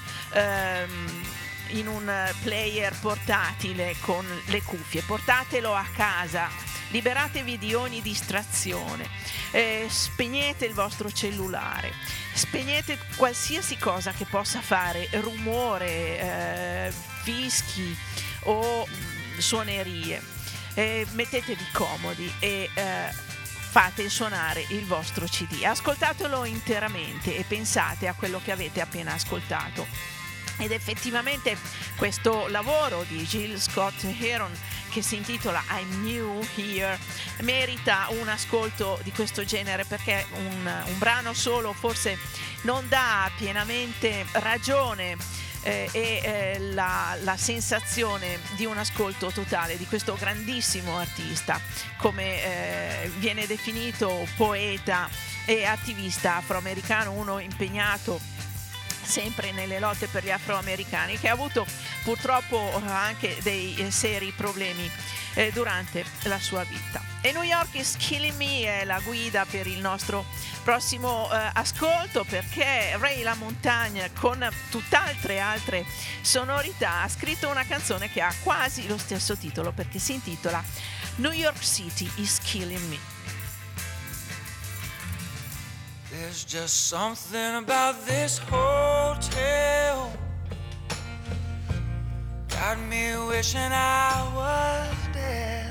un player portatile con le cuffie. Portatelo a casa, liberatevi di ogni distrazione, spegnete il vostro cellulare, spegnete qualsiasi cosa che possa fare rumore, fischi o suonerie. Mettetevi comodi e fate suonare il vostro CD. Ascoltatelo interamente e pensate a quello che avete appena ascoltato. Ed effettivamente questo lavoro di Jill Scott Heron, che si intitola I'm New Here, merita un ascolto di questo genere, perché un brano solo forse non dà pienamente ragione la sensazione di un ascolto totale di questo grandissimo artista, come viene definito poeta e attivista afroamericano, uno impegnato sempre nelle lotte per gli afroamericani, che ha avuto purtroppo anche dei seri problemi durante la sua vita. E New York is killing me è la guida per il nostro prossimo ascolto, perché Ray LaMontagne, con tutt'altre altre sonorità, ha scritto una canzone che ha quasi lo stesso titolo, perché si intitola New York City is killing me. There's just something about this hotel, got me wishing I was dead.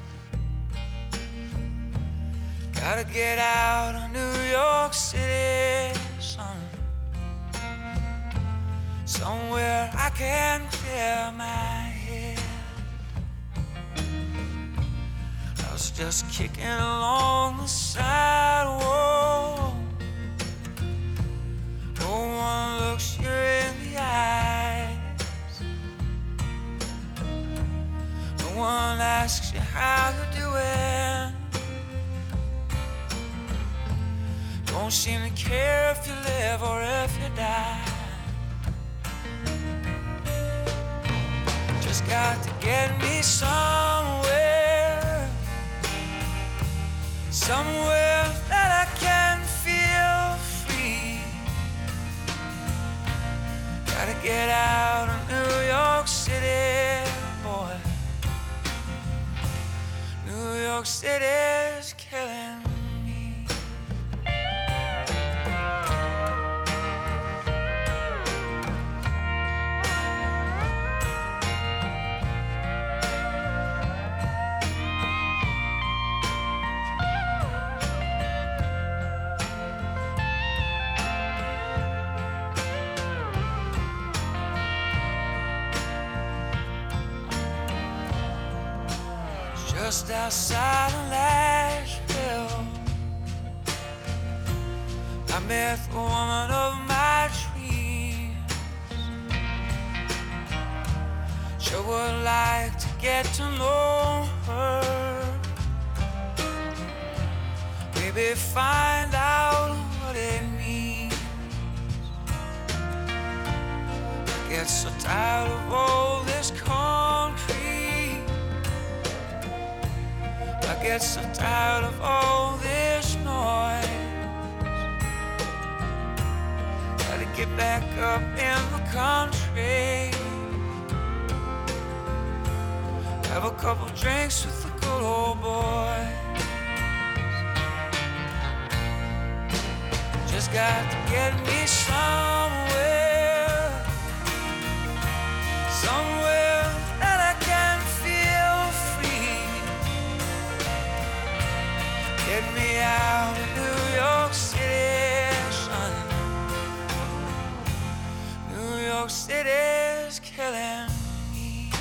Gotta get out of New York City, son, somewhere I can clear my head. I was just kicking along the sidewalk, no one looks you in the eyes, no one asks you how you're doing, don't seem to care if you live or if you die. Just got to get me somewhere, somewhere that I can feel free. Gotta get out of New York City, boy. New York City's killing me. Just outside of Nashville, I met the woman of my dreams. Sure would like to get to know her, maybe find out what it means. I get so tired of all this get so tired of all this noise. Gotta get back up in the country, have a couple drinks with the good old boys. Just got to get me somewhere, somewhere that I can feel free. Get me out of New York City, son. New York City's killing me.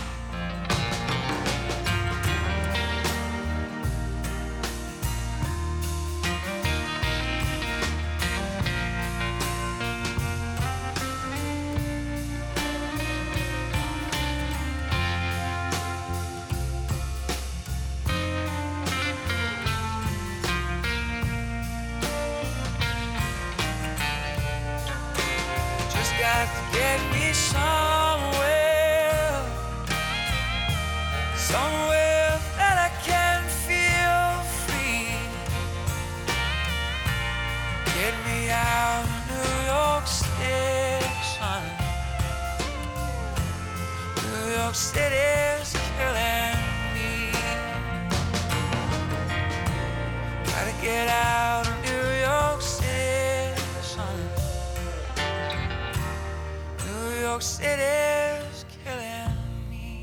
Got to get me somewhere, somewhere that I can feel free. Get me out of New York City, son. New York City's killing me. Gotta get out of New York City, son. New York City's killing me.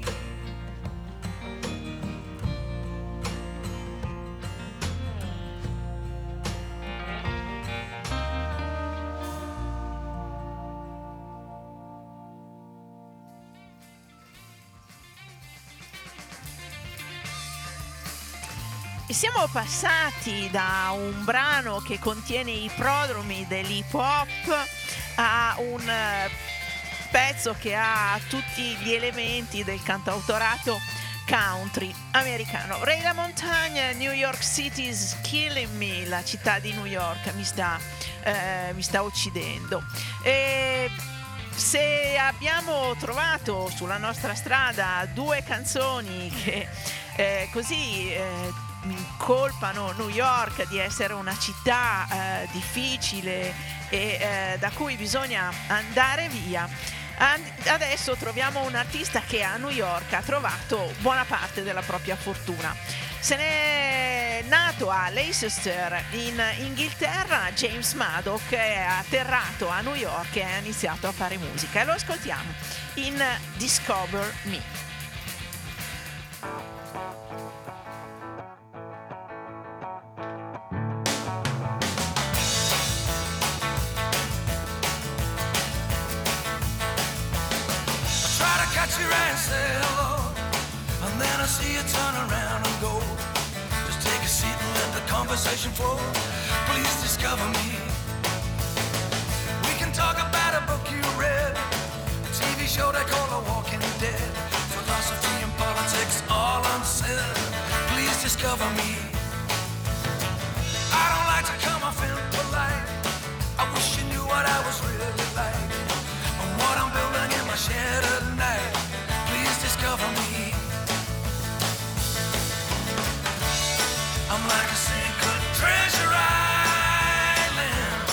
E siamo passati da un brano che contiene i prodromi dell'hip hop a un pezzo che ha tutti gli elementi del cantautorato country americano. Ray LaMontagne, New York City's Killing Me, la città di New York mi sta uccidendo. E se abbiamo trovato sulla nostra strada due canzoni che così colpano New York di essere una città difficile e da cui bisogna andare via, adesso troviamo un artista che a New York ha trovato buona parte della propria fortuna. Se n'è nato a Leicester in Inghilterra, James Maddock è atterrato a New York e ha iniziato a fare musica e lo ascoltiamo in Discover Me. Your eye and say hello, and then I see you turn around and go. Just take a seat and let the conversation flow. Please discover me. We can talk about a book you read, a TV show they call The Walking Dead, philosophy and politics all unsaid. Please discover me. I don't like to come off impolite. I wish you knew what I was really like, and what I'm building in my shed at night. Discover me. I'm like a secret treasure island,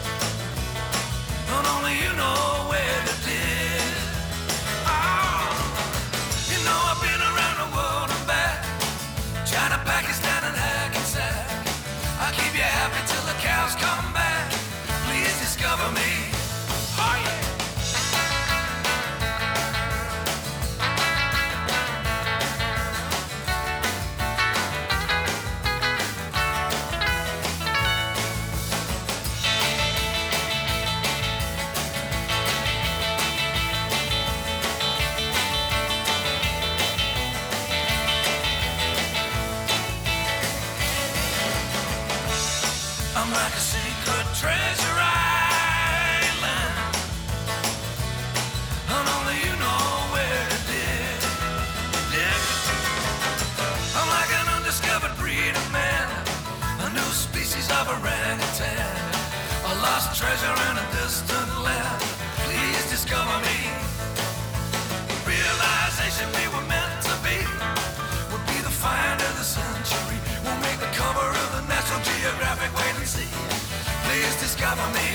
and only you know where to dig. Oh, you know I've been around the world and back, China, Pakistan, and Hackensack. I'll keep you happy till the cows come back. Please discover me. Oh yeah. I'm like a secret treasure island, and only you know where to dig. I'm like an undiscovered breed of man, a new species of orangutan, a lost treasure in a distant land. Please discover me. Realization we were meant to be would be the find of the century. discover me.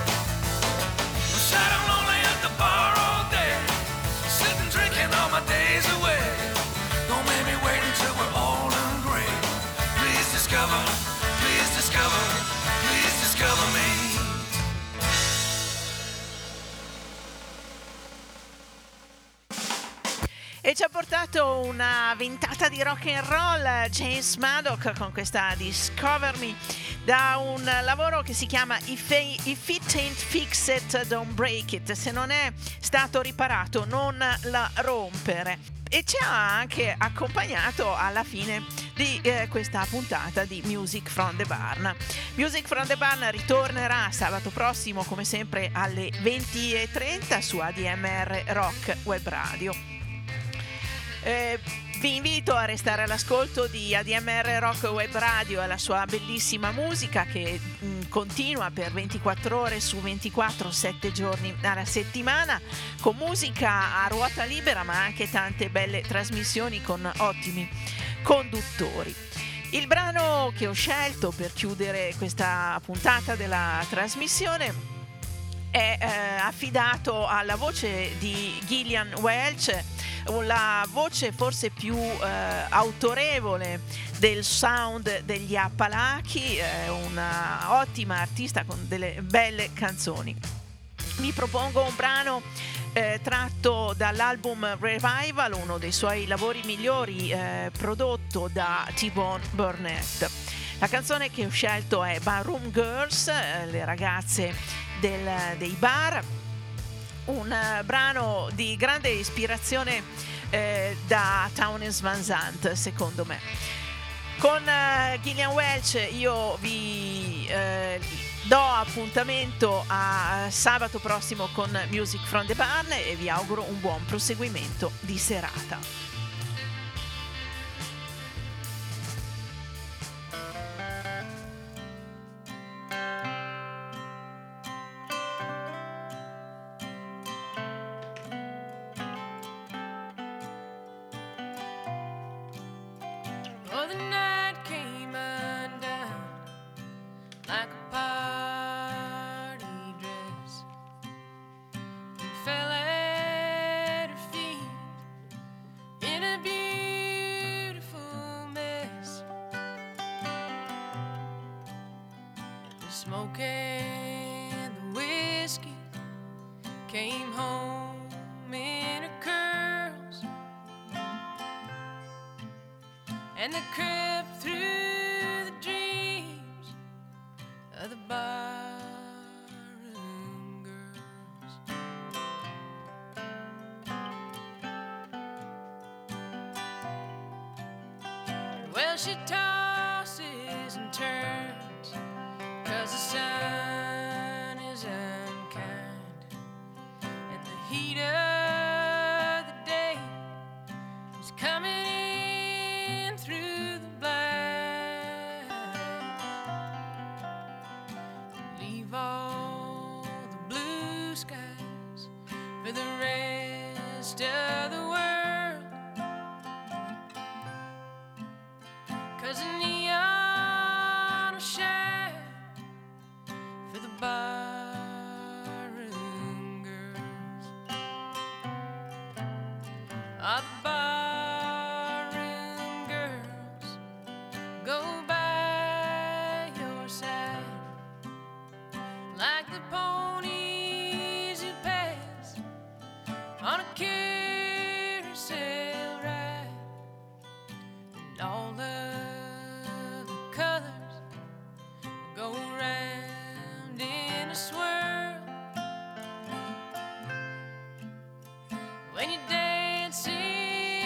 Said I'm lonely at the bar all day, sitting drinking all my days away. Don't make me wait until we're all in gray. Please discover, please discover, please discover me. E ci ha portato una ventata di rock and roll James Maddock con questa Discover Me, da un lavoro che si chiama If It Ain't Fixed Don't Break It. Se non è stato riparato non la rompere. E ci ha anche accompagnato alla fine di questa puntata di Music from the Barn. Music from the Barn ritornerà sabato prossimo come sempre alle 20:30 su ADMR Rock Web Radio. Vi invito a restare all'ascolto di ADMR Rock Web Radio e la sua bellissima musica che continua per 24 ore su 24, 7 giorni alla settimana, con musica a ruota libera ma anche tante belle trasmissioni con ottimi conduttori. Il brano che ho scelto per chiudere questa puntata della trasmissione è affidato alla voce di Gillian Welch, la voce forse più autorevole del sound degli Appalachi, una ottima artista con delle belle canzoni. Mi propongo un brano tratto dall'album Revival, uno dei suoi lavori migliori, prodotto da T-Bone Burnett. La canzone che ho scelto è Barroom Girls, le ragazze dei bar, un brano di grande ispirazione da Townes Van Zandt, secondo me. Con Gillian Welch io vi do appuntamento a sabato prossimo con Music from the Barn e vi auguro un buon proseguimento di serata. Smoking the whiskey, came home in her curls, and they crept through the dreams of the barroom girls. Well, she tosses and turns, 'cause the sun is unkind, and the heat of the day is coming in through the blinds. Leave all the blue skies for the rest of the world, 'cause the neon will shine for the barroom girls. All the barroom girls go by your side like the ponies you pass on a carousel ride, and all of the colors go round in a swirl when you're dancing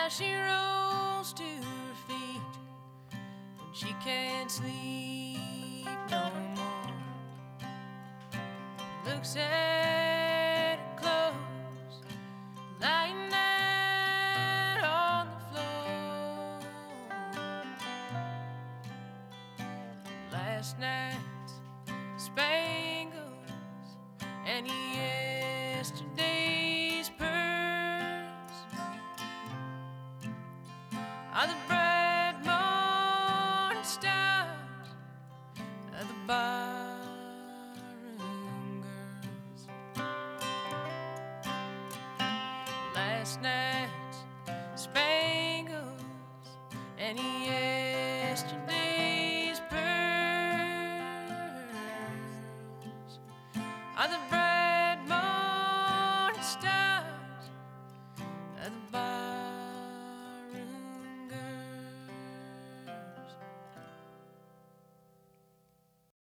Now she rolls to her feet when she can't sleep no more. Looks at her clothes lying out on the floor. Last night's spangles and yesterday's pearls are the bright morning stars of the barroom girls. Last night's spangles and